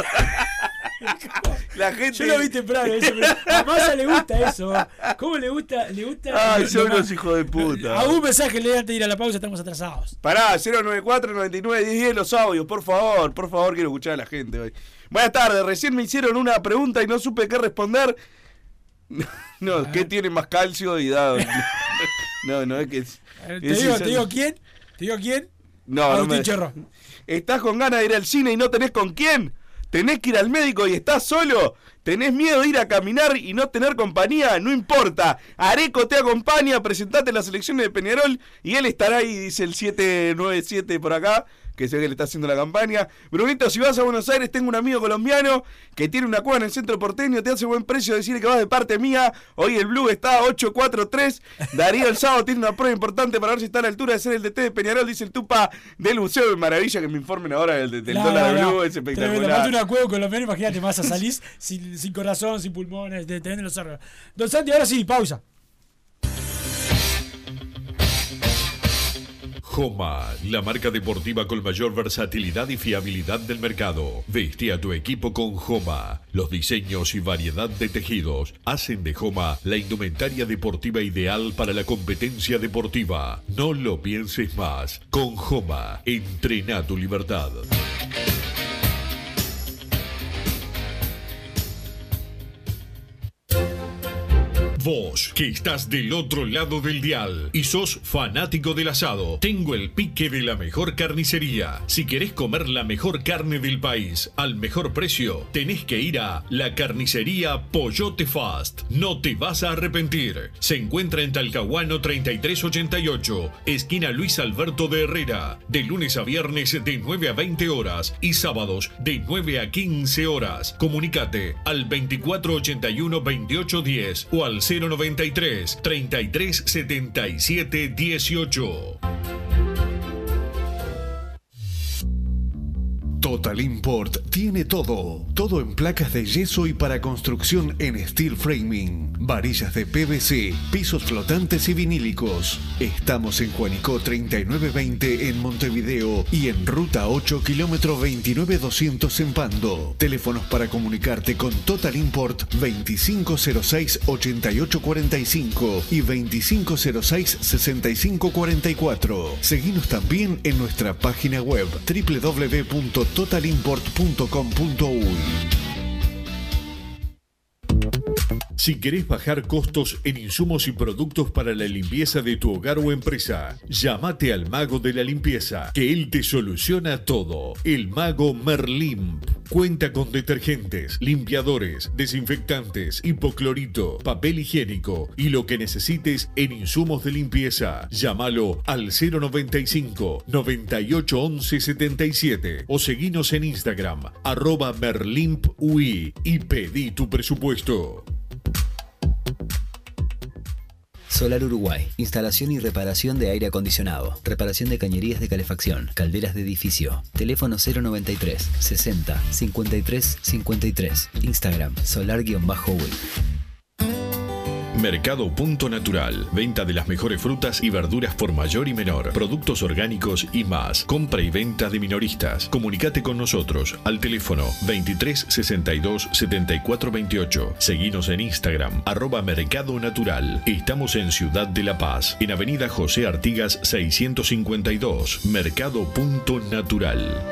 La gente... Yo lo vi temprano eso, pero a Massa le gusta eso. ¿Cómo le gusta? Ay, son unos hijos de puta. ¿Algún mensaje le antes de ir a la pausa? Estamos atrasados. Pará, 094-99-1010 los audios, por favor, quiero escuchar a la gente hoy. Buenas tardes, recién me hicieron una pregunta y no supe qué responder. No, ¿qué tiene más calcio y da? No, es que... ¿Te digo quién? No, Agustín Cherro. ¿Estás con ganas de ir al cine y no tenés con quién? ¿Tenés que ir al médico y estás solo? ¿Tenés miedo de ir a caminar y no tener compañía? No importa. Areco te acompaña, presentate en las elecciones de Peñarol y él estará ahí, dice el 797 por acá, que sé que le está haciendo la campaña. Brunito, si vas a Buenos Aires, tengo un amigo colombiano que tiene una cueva en el centro porteño, te hace buen precio decirle que vas de parte mía. Hoy el Blue está a 843. Darío el sábado tiene una prueba importante para ver si está a la altura de ser el DT de Peñarol, dice el Tupa del Museo de Maravilla, que me informen ahora del dólar Blue, es espectacular. Aparte una cueva colombiana, imagínate, Massa, salís sin corazón, sin pulmones, te venden los órganos. Don Santi, ahora sí, pausa. Joma, la marca deportiva con mayor versatilidad y fiabilidad del mercado. Veste a tu equipo con Joma. Los diseños y variedad de tejidos hacen de Joma la indumentaria deportiva ideal para la competencia deportiva. No lo pienses más. Con Joma, entrena tu libertad. Vos, que estás del otro lado del dial y sos fanático del asado, tengo el pique de la mejor carnicería. Si querés comer la mejor carne del país al mejor precio, tenés que ir a la carnicería Pollote Fast. No te vas a arrepentir. Se encuentra en Talcahuano 3388, esquina Luis Alberto de Herrera, de lunes a viernes de 9 a 20 horas y sábados de 9 a 15 horas. Comunicate al 2481-2810 o al 093 33 77 18. Total Import tiene todo en placas de yeso y para construcción en steel framing, varillas de PVC, pisos flotantes y vinílicos. Estamos en Juanico 3920 en Montevideo y en Ruta 8 kilómetro 29200 en Pando. Teléfonos para comunicarte con Total Import 2506-8845 y 2506-6544. Seguinos también en nuestra página web www.totalimport.com.uy. Si querés bajar costos en insumos y productos para la limpieza de tu hogar o empresa, llámate al mago de la limpieza, que él te soluciona todo. El mago Merlimp. Cuenta con detergentes, limpiadores, desinfectantes, hipoclorito, papel higiénico y lo que necesites en insumos de limpieza. Llámalo al 095 98 11 77 o seguinos en Instagram @merlimpui y pedí tu presupuesto. Solar Uruguay. Instalación y reparación de aire acondicionado. Reparación de cañerías de calefacción. Calderas de edificio. Teléfono 093 60 53 53. Instagram solar-uy. Mercado Punto Natural. Venta de las mejores frutas y verduras por mayor y menor. Productos orgánicos y más. Compra y venta de minoristas. Comunicate con nosotros al teléfono 23 62 74 28. Seguinos en Instagram @Mercado Natural. Estamos en Ciudad de La Paz, en Avenida José Artigas 652. Mercado Punto Natural.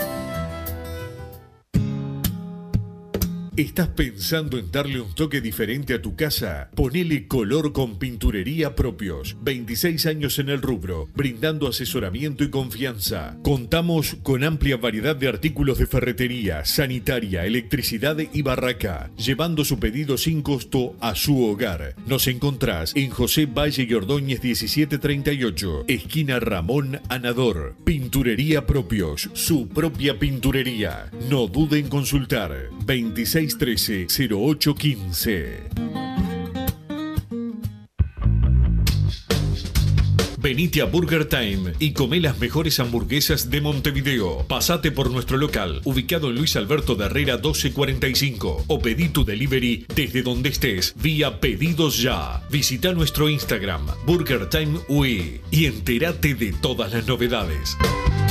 ¿Estás pensando en darle un toque diferente a tu casa? Ponele color con Pinturería Propios. 26 años en el rubro, brindando asesoramiento y confianza. Contamos con amplia variedad de artículos de ferretería, sanitaria, electricidad y barraca, llevando su pedido sin costo a su hogar. Nos encontrás en José Valle y Ordóñez 1738, esquina Ramón Anador. Pinturería Propios, su propia pinturería. No dude en consultar. 2613-0815. Venite a Burger Time y comé las mejores hamburguesas de Montevideo. Pasate por nuestro local, ubicado en Luis Alberto de Herrera 1245, o pedí tu delivery desde donde estés, vía Pedidos Ya. Visita nuestro Instagram, Burger Time UI, y entérate de todas las novedades.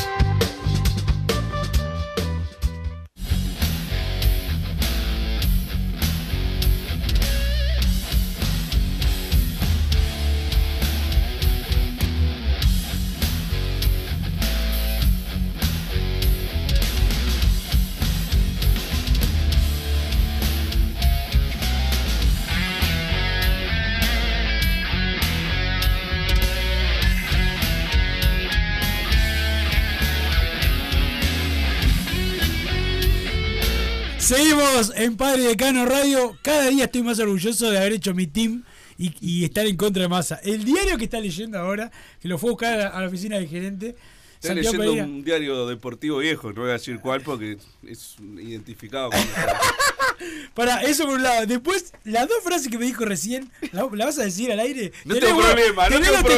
Seguimos en Padre Decano Radio. Cada día estoy más orgulloso de haber hecho mi team y estar en contra de Massa. El diario que está leyendo ahora, que lo fue a buscar a la oficina del gerente. Está leyendo un diario deportivo viejo, no voy a decir cuál porque es identificado con Para eso por un lado. Después, las dos frases que me dijo recién, ¿la vas a decir al aire? No tengo problema.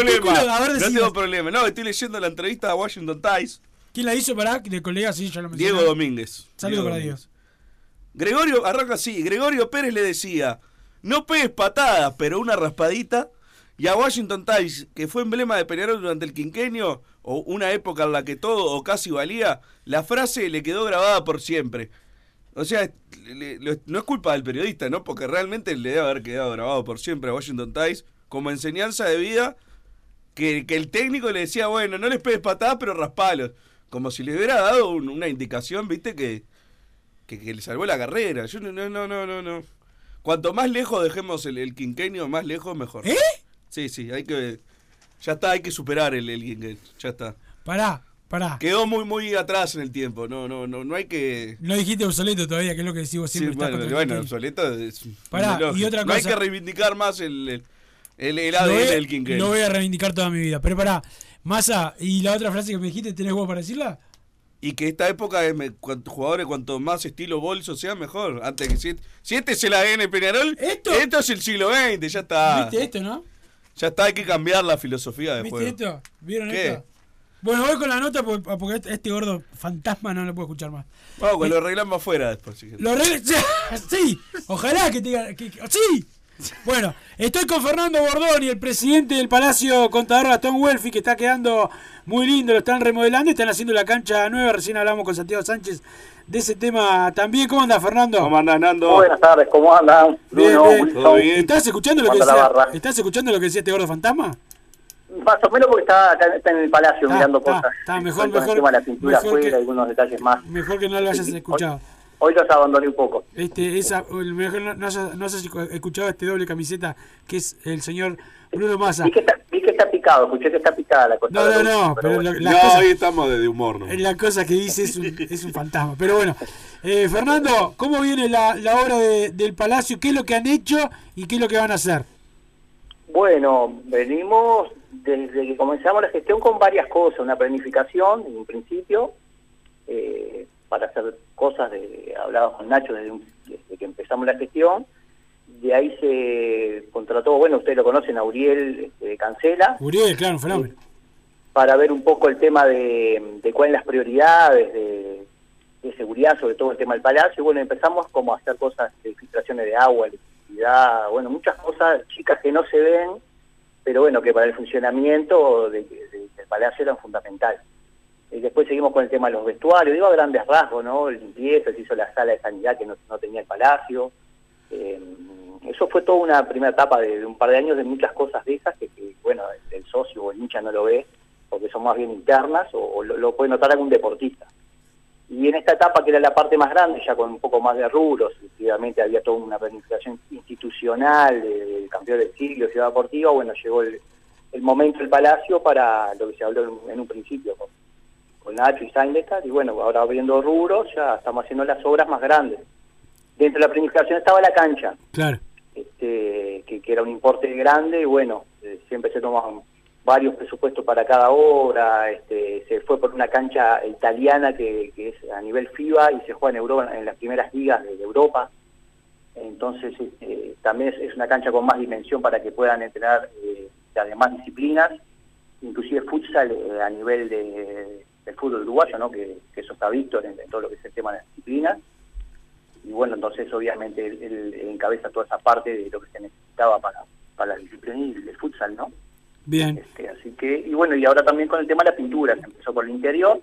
No, estoy leyendo la entrevista a Washington Times. ¿Quién la hizo para? De colega, sí, ya lo mencioné. Diego Domínguez. Saludos para Dios. Gregorio, arranca así, Gregorio Pérez le decía, no pegues patadas, pero una raspadita. Y a Washington Times, que fue emblema de Peñarol durante el quinquenio, o una época en la que todo o casi valía, la frase le quedó grabada por siempre. O sea, no es culpa del periodista, ¿no? Porque realmente le debe haber quedado grabado por siempre a Washington Times como enseñanza de vida, que el técnico le decía, bueno, no les pegues patadas, pero raspalos. Como si le hubiera dado una indicación, ¿viste? Que le salvó la carrera. Yo no. Cuanto más lejos dejemos el quinquenio, más lejos mejor. ¿Eh? Sí, hay que... Ya está, hay que superar el quinquenio. Ya está. Pará. Quedó muy atrás en el tiempo. No hay que... No dijiste obsoleto todavía, que es lo que decís vos siempre. Sí, bueno, obsoleto es... Pará, y otra cosa... No hay que reivindicar más el ADN del quinquenio. Lo voy a reivindicar toda mi vida. Pero pará, Massa, ¿y la otra frase que me dijiste, tenés vos para decirla? Y que esta época, jugadores, cuanto más estilo bolso sea, mejor. Antes que si este es el ADN Peñarol, esto es el siglo XX, ya está. ¿Viste esto, no? Ya está, hay que cambiar la filosofía de juego. ¿Viste esto? ¿Vieron ¿Qué? esto? Bueno, voy con la nota porque este gordo fantasma no lo puedo escuchar más. Vamos, que lo arreglamos afuera después. Si lo sí, ojalá que te diga... ¡Sí! Bueno, estoy con Fernando Bordoni, el presidente del Palacio Contador Gastón Welfi, que está quedando muy lindo, lo están remodelando, están haciendo la cancha nueva. Recién hablamos con Santiago Sánchez de ese tema también. ¿Cómo anda, Fernando? ¿Cómo anda, Nando? Buenas tardes, ¿cómo andan? Bien. ¿Estás escuchando lo que decía este gordo fantasma? Más o menos porque está en el Palacio mirando cosas. Está mejor. El tema de la pintura afuera, algunos detalles más. Mejor que no lo hayas escuchado. Hoy los abandoné un poco. Mejor no has escuchado este doble camiseta que es el señor Bruno Massa. Vi que está picado, escuché que está picada la cosa. No, pero bueno. Hoy estamos de humor, ¿no? La cosa que dice es un fantasma. Pero bueno, Fernando, ¿cómo viene la obra del Palacio? ¿Qué es lo que han hecho y qué es lo que van a hacer? Bueno, venimos desde que comenzamos la gestión con varias cosas, una planificación en un principio, para hacer cosas, hablaba con Nacho desde que empezamos la gestión, de ahí se contrató, bueno, ustedes lo conocen, a Uriel Cancela. Uriel, claro, un fenómeno. Para ver un poco el tema de cuáles son las prioridades de seguridad, sobre todo el tema del Palacio. Bueno, empezamos como a hacer cosas de filtraciones de agua, electricidad, bueno, muchas cosas chicas que no se ven, pero bueno, que para el funcionamiento del Palacio eran fundamentales. Después seguimos con el tema de los vestuarios, digo a grandes rasgos, ¿no? Limpieza, se hizo la sala de sanidad que no tenía el Palacio. Eso fue toda una primera etapa de un par de años de muchas cosas de esas que bueno, el socio o el hincha no lo ve, porque son más bien internas, o lo puede notar algún deportista. Y en esta etapa, que era la parte más grande, ya con un poco más de rubros, efectivamente había toda una planificación institucional del campeón del siglo, Ciudad Deportiva, bueno, llegó el momento del Palacio para lo que se habló en un principio con Nacho y Saindecar, y bueno, ahora abriendo rubros, ya estamos haciendo las obras más grandes. Dentro de la planificación estaba la cancha, claro, que era un importe grande, y bueno, siempre se toman varios presupuestos para cada obra. Se fue por una cancha italiana que es a nivel FIBA y se juega en Europa, en las primeras ligas de Europa. Entonces también es una cancha con más dimensión para que puedan entrenar las demás disciplinas, inclusive futsal a nivel del fútbol uruguayo, ¿no? Que eso está visto en todo lo que es el tema de las disciplinas. Y bueno, entonces obviamente él encabeza toda esa parte de lo que se necesitaba para la disciplina y el futsal, ¿no? Bien. Así que, y bueno, y ahora también con el tema de la pintura, se empezó por el interior,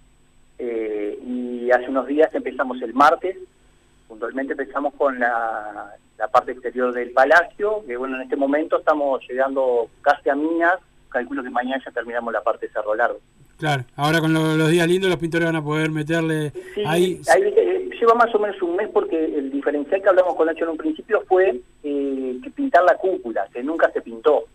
y hace unos días empezamos el martes, puntualmente empezamos con la parte exterior del Palacio, que bueno, en este momento estamos llegando casi a Minas, calculo que mañana ya terminamos la parte de Cerro Largo. Claro, ahora con los días lindos los pintores van a poder meterle ahí lleva más o menos un mes, porque el diferencial que hablamos con Nacho en un principio fue que pintar la cúpula, que nunca se pintó.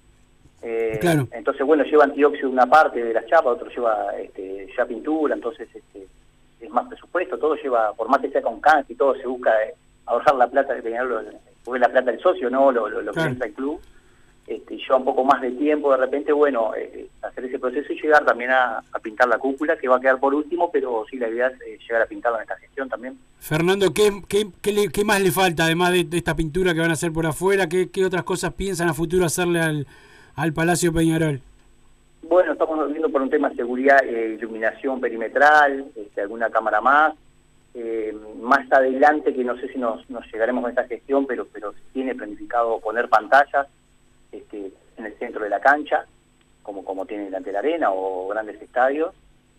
Claro. Entonces, bueno, lleva antióxido una parte de la chapa, otro lleva ya pintura, entonces es más presupuesto, todo lleva, por más que sea con canje y todo, se busca ahorrar la plata de Peñarol, porque la plata del socio, ¿no? Lo que entra el club. Lleva un poco más de tiempo, de repente, bueno, hacer ese proceso y llegar también a pintar la cúpula, que va a quedar por último, pero sí, la idea es llegar a pintarla en esta gestión también. Fernando, ¿qué más le falta, además de esta pintura que van a hacer por afuera? ¿Qué otras cosas piensan a futuro hacerle al Palacio Peñarol? Bueno, estamos viendo por un tema de seguridad, iluminación perimetral, alguna cámara más. Más adelante, que no sé si nos llegaremos a esta gestión, pero tiene planificado poner pantallas en el centro de la cancha, como tiene delante de la arena o grandes estadios.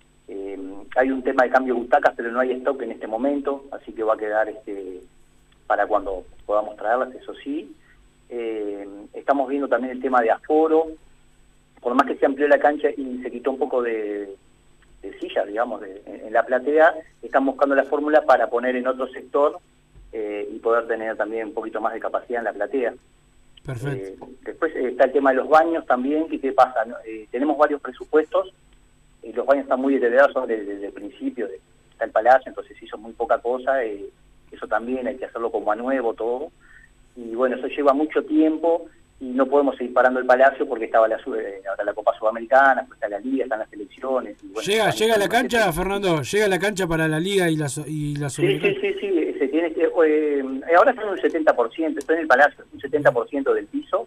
Hay un tema de cambio de butacas, pero no hay stock en este momento, así que va a quedar para cuando podamos traerlas, eso sí. Estamos viendo también el tema de aforo, por más que se amplió la cancha y se quitó un poco de sillas, digamos, en la platea, estamos buscando la fórmula para poner en otro sector y poder tener también un poquito más de capacidad en la platea. Perfecto. Después está el tema de los baños también, que qué pasa, ¿no? Tenemos varios presupuestos, los baños están muy deteriorados desde el principio, está el Palacio, entonces hizo muy poca cosa, eso también hay que hacerlo como a nuevo todo, y bueno, eso lleva mucho tiempo y no podemos seguir parando el Palacio porque estaba ahora la Copa Sudamericana, pues está la Liga, están las elecciones. Y bueno, ¿Llega a la cancha, Fernando? ¿Llega a la cancha para la Liga y la Sudamericana? Sí, se tiene ahora está en un 70%, estoy en el Palacio, un 70% del piso.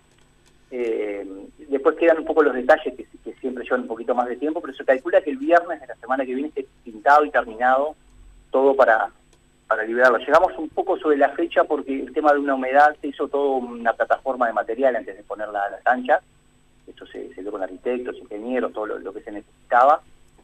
Después quedan un poco los detalles que siempre llevan un poquito más de tiempo, pero se calcula que el viernes de la semana que viene esté pintado y terminado todo para liberarlo. Llegamos un poco sobre la fecha porque el tema de una humedad se hizo toda una plataforma de material antes de ponerla a la cancha. Esto se dio con arquitectos, ingenieros, todo lo que se necesitaba.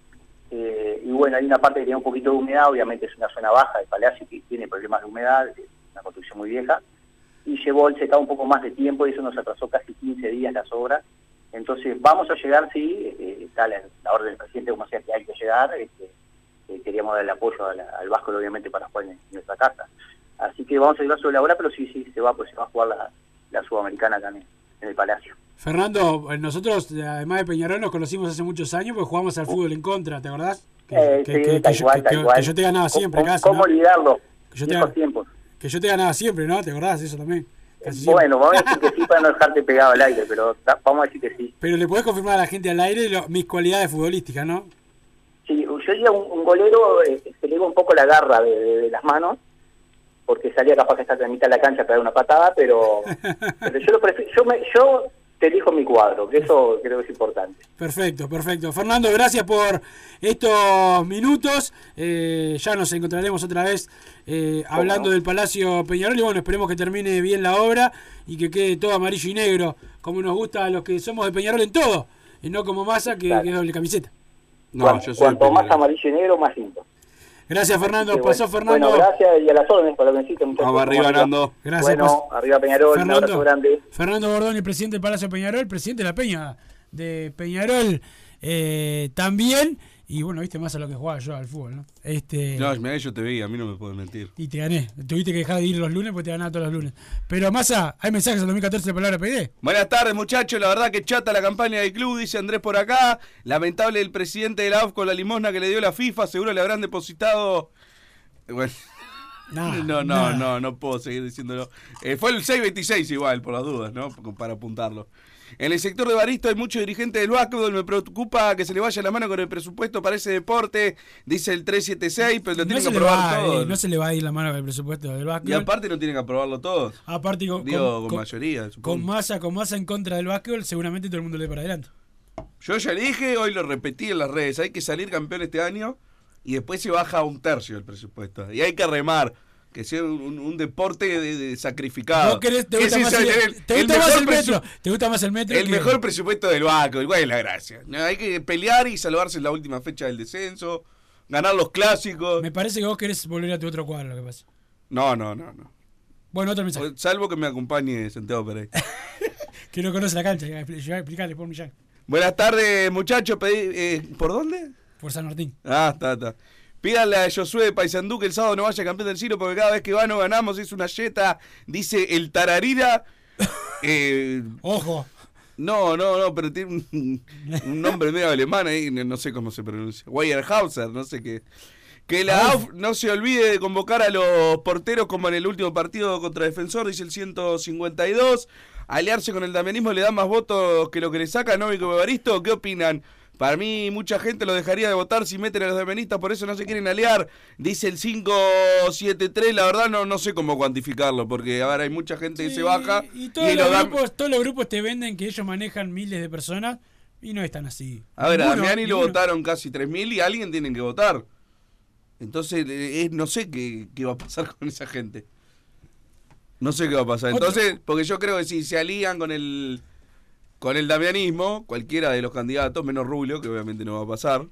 Y bueno, hay una parte que tiene un poquito de humedad, obviamente es una zona baja del Palacio que tiene problemas de humedad, es una construcción muy vieja, y llevó el secado un poco más de tiempo y eso nos atrasó casi 15 días las obras. Entonces vamos a llegar, sí, está la orden del presidente como sea que hay que llegar, queríamos dar el apoyo al Vasco, obviamente, para jugar en nuestra casa. Así que vamos a llevar sobre la hora, pero sí, se va a jugar la Sudamericana también, en el Palacio. Fernando, nosotros, además de Peñarol, nos conocimos hace muchos años porque jugamos al fútbol en contra, ¿te acordás? Que yo te ganaba siempre casi. ¿Cómo olvidarlo? Tiempos. Que yo te ganaba siempre, ¿no? ¿Te acordás eso también? Bueno, vamos a decir que sí para no dejarte pegado al aire, pero vamos a decir que sí. Pero le podés confirmar a la gente al aire mis cualidades futbolísticas, ¿no? Sí, yo diría un golero se le iba un poco la garra de las manos, porque salía capaz que estar en mitad de la cancha para dar una patada, pero yo lo prefiero, yo te elijo mi cuadro, que eso creo que es importante. Perfecto. Fernando, gracias por estos minutos. Ya nos encontraremos otra vez hablando del Palacio Peñarol y bueno, esperemos que termine bien la obra y que quede todo amarillo y negro, como nos gusta a los que somos de Peñarol en todo, y no como Massa que es doble camiseta. No, cuanto más amarillo y negro, más lindo. Gracias, Fernando. Pasó Fernando. Bueno, gracias y a las órdenes por lo que necesiten. Vamos arriba, Nando. Gracias. Bueno, arriba Peñarol, un abrazo grande. Fernando Bordoni, presidente del Palacio Peñarol, presidente de la Peña de Peñarol también. Y bueno, viste más a lo que jugaba yo al fútbol, ¿no? No, mirá, yo te vi, a mí no me puedes mentir. Y te gané. Tuviste que dejar de ir los lunes porque te ganaba todos los lunes. Pero Massa, ¿hay mensajes al 2014 de Palabra PD? Buenas tardes, muchachos. La verdad que chata la campaña del club, dice Andrés por acá. Lamentable el presidente de la AUF con la limosna que le dio la FIFA. Seguro le habrán depositado... Bueno... No puedo seguir diciéndolo. Fue el 626 igual, por las dudas, ¿no? Para apuntarlo. En el sector de Baristo hay muchos dirigentes del básquetbol. Me preocupa que se le vaya la mano con el presupuesto para ese deporte, dice el 376, pero lo tienen que aprobar todo. No se le va a ir la mano con el presupuesto del básquetbol. Y aparte no tienen que aprobarlo todos. Aparte con mayoría, supongo. Con Massa en contra del básquetbol, seguramente todo el mundo le dé para adelante. Yo ya le dije, hoy lo repetí en las redes, hay que salir campeón este año y después se baja a 1/3 el presupuesto. Y hay que remar. Que sea un deporte de sacrificado. ¿Te gusta más el metro? El mejor presupuesto del banco, igual es la gracia. Hay que pelear y salvarse en la última fecha del descenso, ganar los clásicos. Me parece que vos querés volver a tu otro cuadro, lo que pasa. No. Bueno, otro mensaje. Salvo que me acompañe Santiago Pérez. Que no conoce la cancha, explicarle por Millán. Buenas tardes, muchachos. ¿Por dónde? Por San Martín. Está. Pídale a Josué de Paysandú que el sábado no vaya campeón del siglo porque cada vez que va no ganamos, es una yeta, dice el Tararira. Ojo. No, pero tiene un nombre medio alemán ahí, no sé cómo se pronuncia. Weyerhauser, no sé qué. Que la AUF no se olvide de convocar a los porteros como en el último partido contra Defensor, dice el 152. Aliarse con el damianismo le da más votos que lo que le saca Novico Bevaristo. ¿Qué opinan? Para mí, mucha gente lo dejaría de votar si meten a los damianistas, por eso no se quieren aliar. Dice el 573, la verdad no sé cómo cuantificarlo, porque ahora hay mucha gente que se baja. Y todos los grupos te venden que ellos manejan miles de personas y no es tan así. A ver, a Damiani lo votaron casi 3.000 y alguien tienen que votar. Entonces, no sé qué va a pasar con esa gente. No sé qué va a pasar. Entonces, porque yo creo que si se alían con el damianismo, cualquiera de los candidatos, menos Rubio, que obviamente no va a pasar,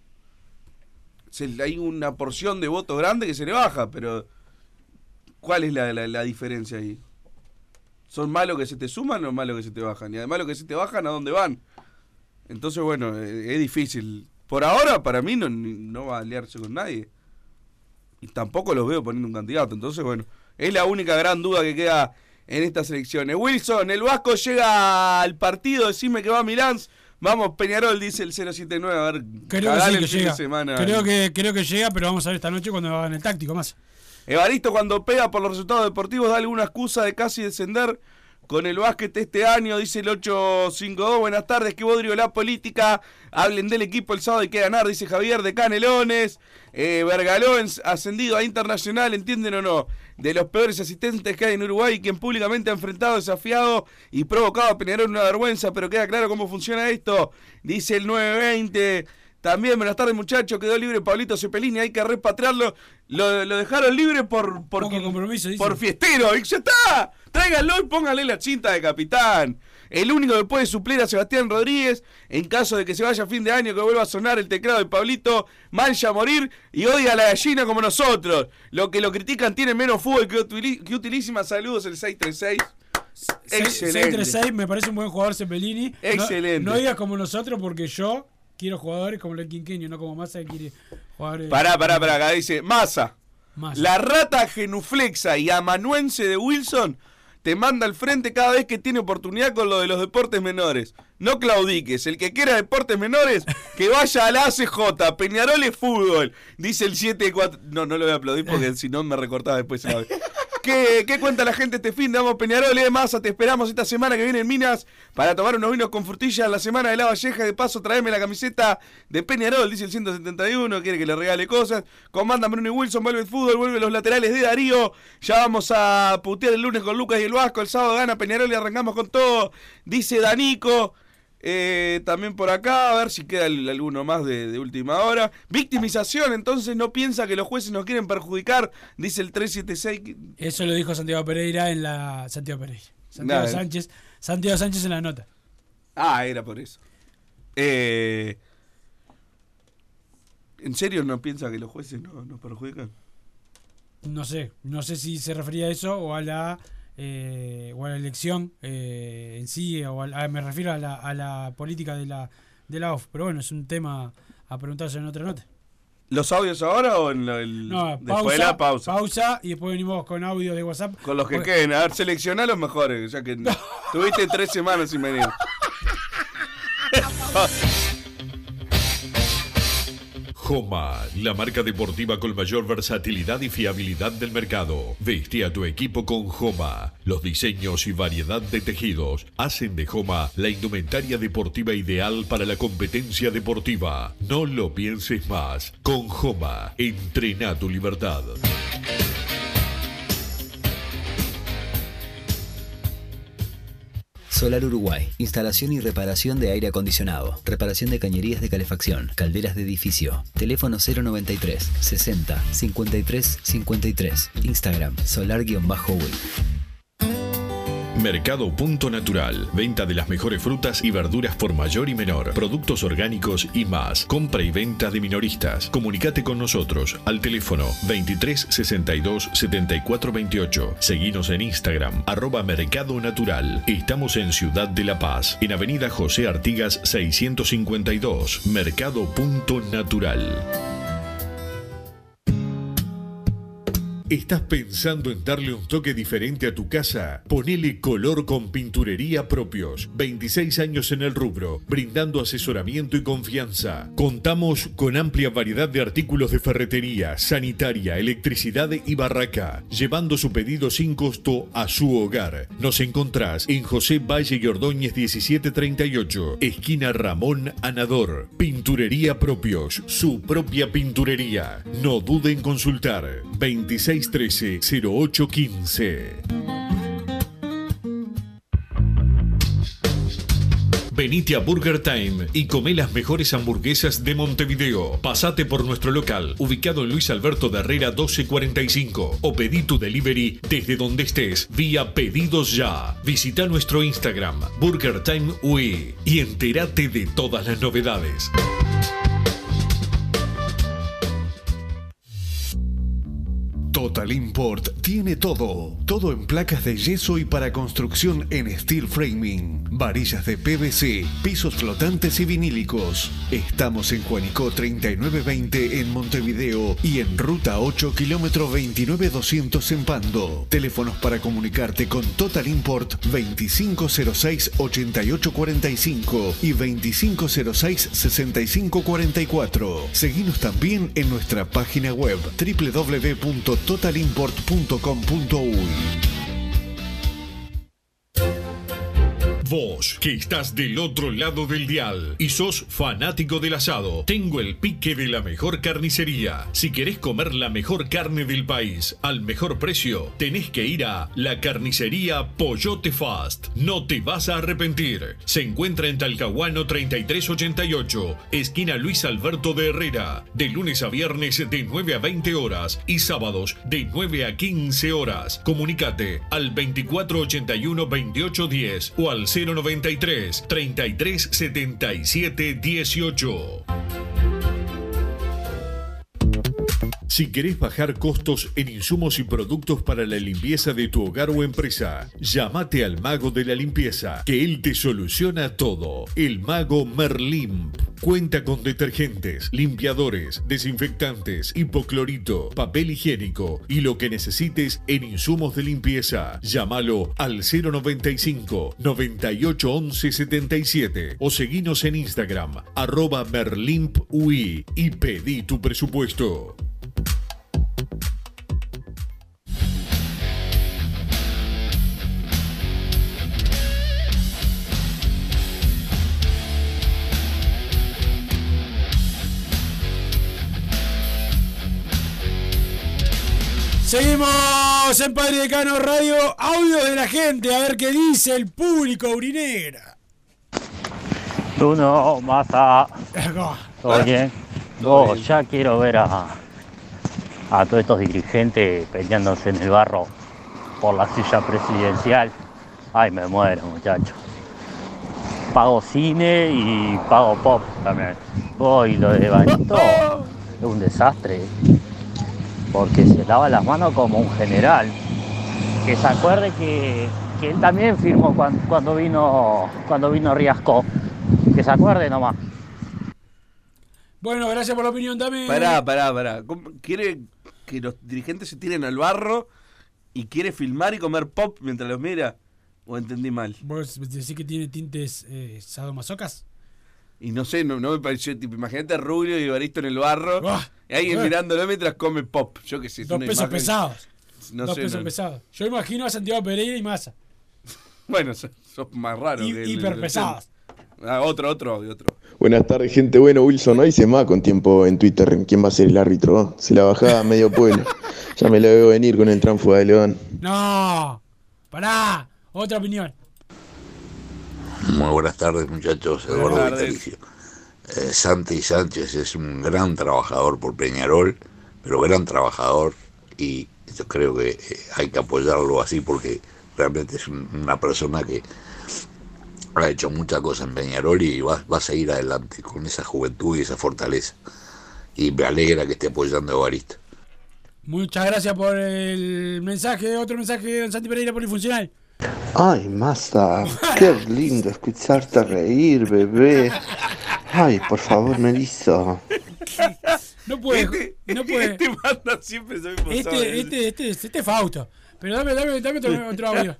hay una porción de votos grande que se le baja, pero ¿cuál es la diferencia ahí? ¿Son malos que se te suman o malos que se te bajan? Y además los que se te bajan, ¿a dónde van? Entonces, bueno, es difícil. Por ahora, para mí, no va a aliarse con nadie. Y tampoco los veo poniendo un candidato. Entonces, bueno, es la única gran duda que queda en estas elecciones. Wilson, el Vasco llega al partido, decime que va a Milán. Vamos, Peñarol, dice el 079. A ver, creo que sí que llega. Creo que llega, pero vamos a ver esta noche cuando hagan el táctico más. Evaristo, cuando pega por los resultados deportivos, da alguna excusa de casi descender con el básquet este año, dice el 852. Buenas tardes, que bodrio la política. Hablen del equipo, el sábado hay que ganar, dice Javier de Canelones. Vergaló ascendido a Internacional, ¿entienden o no? De los peores asistentes que hay en Uruguay, quien públicamente ha enfrentado, desafiado y provocado a Peñarol una vergüenza, pero queda claro cómo funciona esto, dice el 920. También, buenas tardes, muchachos, quedó libre Pablito Cepelini, hay que repatriarlo. Lo dejaron libre por compromiso, por fiestero, y ya está. Tráiganlo y pónganle la cinta de capitán. El único que puede suplir a Sebastián Rodríguez, en caso de que se vaya a fin de año, que vuelva a sonar el teclado de Pablito, mancha a morir y odia a la gallina como nosotros. Lo que lo critican tiene menos fútbol que utilísima. Saludos, el 636. Excelente. 636 me parece un buen jugador Cepelini. Excelente. No digas como nosotros porque yo quiero jugadores como el quinqueño, no como Massa que quiere jugadores. Pará, acá dice Massa. La rata genuflexa y amanuense de Wilson te manda al frente cada vez que tiene oportunidad con lo de los deportes menores. No claudiques, el que quiera deportes menores, que vaya a la ACJ, Peñarol es fútbol, dice el 7-4. No lo voy a aplaudir porque si no me recortaba después. ¿Qué cuenta la gente este fin? Damos Peñarol, Massa, te esperamos esta semana que viene en Minas para tomar unos vinos con frutilla en la semana de La Valleja. De paso, traeme la camiseta de Peñarol, dice el 171, quiere que le regale cosas. Comandan Bruno y Wilson, vuelve el fútbol, vuelve los laterales de Darío. Ya vamos a putear el lunes con Lucas y el Vasco, el sábado gana Peñarol y arrancamos con todo, dice Danico. También por acá, a ver si queda alguno más de última hora. Victimización, entonces no piensa que los jueces nos quieren perjudicar, dice el 376. Eso lo dijo Santiago Pereira en la... Santiago Sánchez en la nota. Era por eso. ¿En serio no piensa que los jueces nos perjudican? No sé si se refería a eso o a la elección en sí, me refiero a la política de la OFF, pero bueno, es un tema a preguntarse en otra nota. ¿Los audios ahora o en después de la pausa? Pausa y después venimos con audios de WhatsApp. Con los que queden, a ver, seleccioná los mejores, ya que tuviste 3 semanas sin venir. Joma, la marca deportiva con mayor versatilidad y fiabilidad del mercado. Vestí a tu equipo con Joma. Los diseños y variedad de tejidos hacen de Joma la indumentaria deportiva ideal para la competencia deportiva. No lo pienses más. Con Joma, entrena tu libertad. Solar Uruguay, instalación y reparación de aire acondicionado, reparación de cañerías de calefacción, calderas de edificio. Teléfono 093 60 53 53. Instagram solar-uy. Mercado Punto Natural. Venta de las mejores frutas y verduras por mayor y menor. Productos orgánicos y más. Compra y venta de minoristas. Comunicate con nosotros al teléfono 23 62 74 28. Seguinos en Instagram @Mercado Natural. Estamos en Ciudad de La Paz, en Avenida José Artigas 652. Mercado Punto Natural. ¿Estás pensando en darle un toque diferente a tu casa? Ponele color con Pinturería Propios. 26 años en el rubro, brindando asesoramiento y confianza. Contamos con amplia variedad de artículos de ferretería, sanitaria, electricidad y barraca, llevando su pedido sin costo a su hogar. Nos encontrás en José Valle y Ordóñez 1738, esquina Ramón Anador. Pinturería Propios, su propia pinturería. No dude en consultar. 2613-0815. Venite a Burger Time y comé las mejores hamburguesas de Montevideo. Pasate por nuestro local, ubicado en Luis Alberto de Herrera 1245, o pedí tu delivery desde donde estés, vía Pedidos Ya. Visita nuestro Instagram, Burger Time UI, y entérate de todas las novedades. Total Import tiene todo. Todo en placas de yeso y para construcción en steel framing. Varillas de PVC, pisos flotantes y vinílicos. Estamos en Juanico 3920 en Montevideo y en Ruta 8, kilómetro 29200 en Pando. Teléfonos para comunicarte con Total Import 2506-8845 y 2506-6544. Seguinos también en nuestra página web www.totalimport.com.uy. Vos, que estás del otro lado del dial y sos fanático del asado, tengo el pique de la mejor carnicería. Si querés comer la mejor carne del país al mejor precio, tenés que ir a la carnicería Pollote Fast. No te vas a arrepentir. Se encuentra en Talcahuano 3388, esquina Luis Alberto de Herrera, de lunes a viernes de 9 a 20 horas y sábados de 9 a 15 horas. Comunicate al 2481-2810 o al 093 33 77 18. Si querés bajar costos en insumos y productos para la limpieza de tu hogar o empresa, llámate al mago de la limpieza, que él te soluciona todo. El mago Merlimp. Cuenta con detergentes, limpiadores, desinfectantes, hipoclorito, papel higiénico y lo que necesites en insumos de limpieza. Llámalo al 095 98 11 77 o seguinos en Instagram @merlimpui y pedí tu presupuesto. Seguimos en Padre Decano Radio, audio de la gente, a ver qué dice el público Urinegra. Uno, Massa. ¿Todo bien? Ya quiero ver a todos estos dirigentes peleándose en el barro por la silla presidencial. Ay, me muero, muchacho. Pago cine y pago pop también. Y lo de Barito es un desastre. Porque se lava las manos como un general. Que se acuerde que él también firmó cuando vino Riascó. Que se acuerde nomás. Bueno, gracias por la opinión también. Pará. ¿Quiere que los dirigentes se tiren al barro y quiere filmar y comer pop mientras los mira? ¿O entendí mal? ¿Vos decís que tiene tintes sadomasocas? Y no sé, no me pareció, tipo, imagínate a Rubio y Evaristo en el barro, y alguien mirándolo mientras come pop, yo qué sé. Dos pesos pesados. Dos pesos pesados. Yo imagino a Santiago Pereira y Massa. Bueno, sos más raro. Hiper pesados. Otro. Buenas tardes, gente. Bueno, Wilson, no dice más con tiempo en Twitter quién va a ser el árbitro. Se la bajaba a medio pueblo. Ya me lo veo venir con el tránfuga de León. No, pará, otra opinión. Muy buenas tardes, muchachos. Eduardo Vitalicio. Santi Sánchez es un gran trabajador por Peñarol, pero gran trabajador, y yo creo que hay que apoyarlo así porque realmente es una persona que ha hecho muchas cosas en Peñarol y va a seguir adelante con esa juventud y esa fortaleza. Y me alegra que esté apoyando a Evaristo. Muchas gracias por el mensaje. Otro mensaje de don Santi Pereira, polifuncional. Ay, Massa, qué lindo escucharte reír, bebé. Ay, por favor, Melissa. No puede. Este manda siempre ese mismo Este es Fausto. Pero dame otro audio.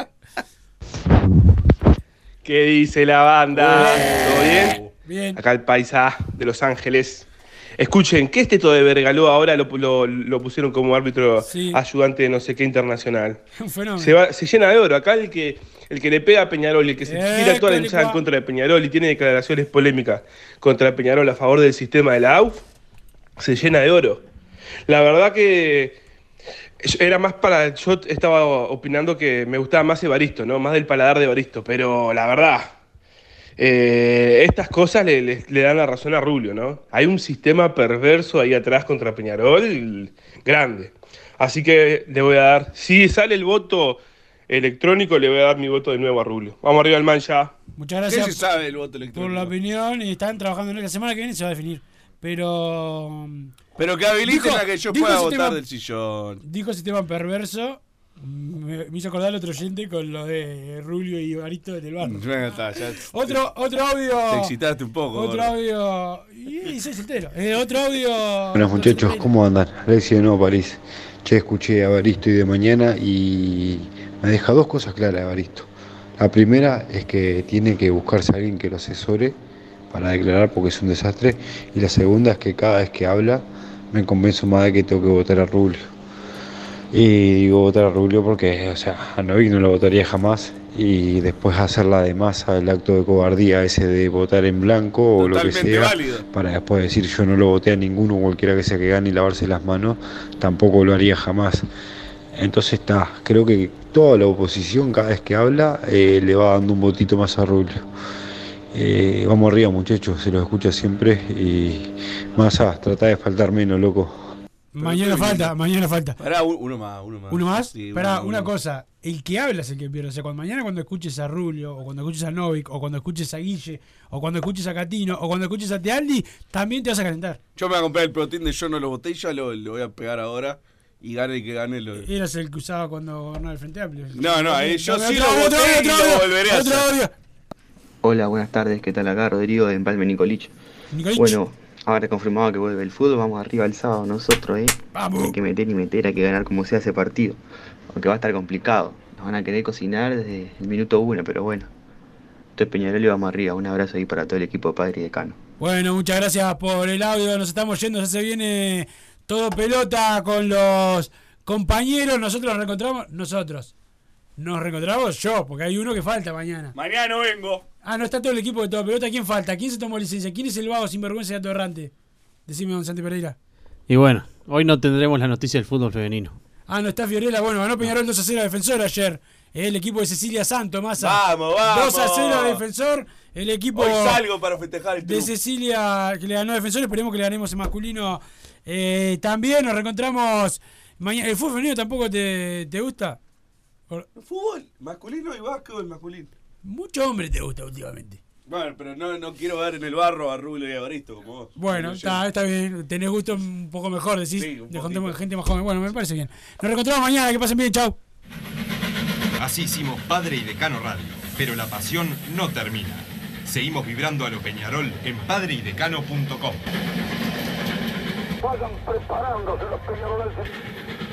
¿Qué dice la banda? ¿Todo bien? Bien. Acá el paisa de Los Ángeles. Escuchen, ¿qué es esto de Bergaló? Ahora lo pusieron como árbitro ayudante de no sé qué internacional. Un fenómeno. Se llena de oro. Acá el que le pega a Peñarol, el que se tira toda la hinchada en contra de Peñarol y tiene declaraciones polémicas contra Peñarol a favor del sistema de la AUF, se llena de oro. La verdad que era más para... Yo estaba opinando que me gustaba más Evaristo, ¿no? Más del paladar de Evaristo, pero la verdad... estas cosas le dan la razón a Rubio, ¿no? Hay un sistema perverso ahí atrás contra Peñarol grande. Así que le voy a dar, si sale el voto electrónico, le voy a dar mi voto de nuevo a Rubio. Vamos arriba al mancha. Muchas gracias. ¿Qué se sabe el voto electrónico? Por la opinión, y están trabajando en la semana que viene, se va a definir. Pero que habiliten a que yo pueda votar del sillón. Dijo sistema perverso. Me hizo acordar al otro oyente con lo de Rubio y Evaristo del barrio. Otro audio. Te excitaste un poco. Otro audio. Y soy soltero. Otro audio. Buenos muchachos, ¿cómo andan? Alexis de Nuevo París. Che, escuché a Evaristo y de mañana y me deja dos cosas claras Evaristo. La primera es que tiene que buscarse a alguien que lo asesore para declarar porque es un desastre. Y la segunda es que cada vez que habla me convenzo más de que tengo que votar a Rubio. Y digo votar a Rubio porque, o sea, a Novik no lo votaría jamás. Y después hacerla de Massa, el acto de cobardía ese de votar en blanco o lo que sea, válido. Para después decir yo no lo voté a ninguno, cualquiera que sea que gane y lavarse las manos, tampoco lo haría jamás. Entonces creo que toda la oposición cada vez que habla le va dando un votito más a Rubio. Vamos arriba muchachos, se los escucha siempre y Massa, tratá de faltar menos, loco. Mañana falta. Pará, uno más. ¿Uno más? Sí, Pará, uno. una cosa. El que habla es el que pierde. O sea, mañana cuando escuches a Rulio, o cuando escuches a Novik, o cuando escuches a Guille, o cuando escuches a Catino, o cuando escuches a Tealdi, también te vas a calentar. Yo me voy a comprar el proteín de Yo No Lo Botella, lo voy a pegar ahora. Y gane el que gane. Eras el que usaba cuando gobernaba el Frente Amplio. No, yo sí lo voté y lo volveré a hacer. Hola, buenas tardes, ¿qué tal acá? Rodrigo de Empalme Nicolich. Bueno, ahora confirmado que vuelve el fútbol, vamos arriba el sábado nosotros, Vamos. Hay que meter y meter, hay que ganar como sea ese partido. Aunque va a estar complicado, nos van a querer cocinar desde el minuto 1, pero bueno. Entonces Peñarol y vamos arriba, un abrazo ahí para todo el equipo de Padre y Decano. Bueno, muchas gracias por el audio, nos estamos yendo, ya se viene todo pelota con los compañeros, nosotros nos reencontramos yo, porque hay uno que falta mañana. Mañana no vengo. Ah, no está todo el equipo de Todo Pelota. ¿Quién falta? ¿Quién se tomó licencia? ¿Quién es el vago sinvergüenza y gato errante? Decime, don Santi Pereira. Y bueno, hoy no tendremos la noticia del fútbol femenino. Ah, no está Fiorella. Bueno, ganó Peñarol 2-0 a Defensor ayer. El equipo de Cecilia Santo, Massa. Vamos. 2-0 a Defensor. El equipo Hoy salgo para festejar el de Cecilia que le ganó a Defensor. Esperemos que le ganemos en masculino. También nos reencontramos mañana. ¿El fútbol femenino tampoco te gusta? Fútbol masculino y básquetbol masculino. Mucho hombre te gusta últimamente. Bueno, pero no quiero ver en el barro a Rubio y a Baristo como vos. Bueno, está bien. Tenés gusto un poco mejor, decís. Sí, de gente más joven. Bueno, me parece bien. Nos reencontramos mañana. Que pasen bien. Chau. Así hicimos Padre y Decano Radio. Pero la pasión no termina. Seguimos vibrando a lo Peñarol en padreidecano.com. Vayan preparándose los Peñaroles.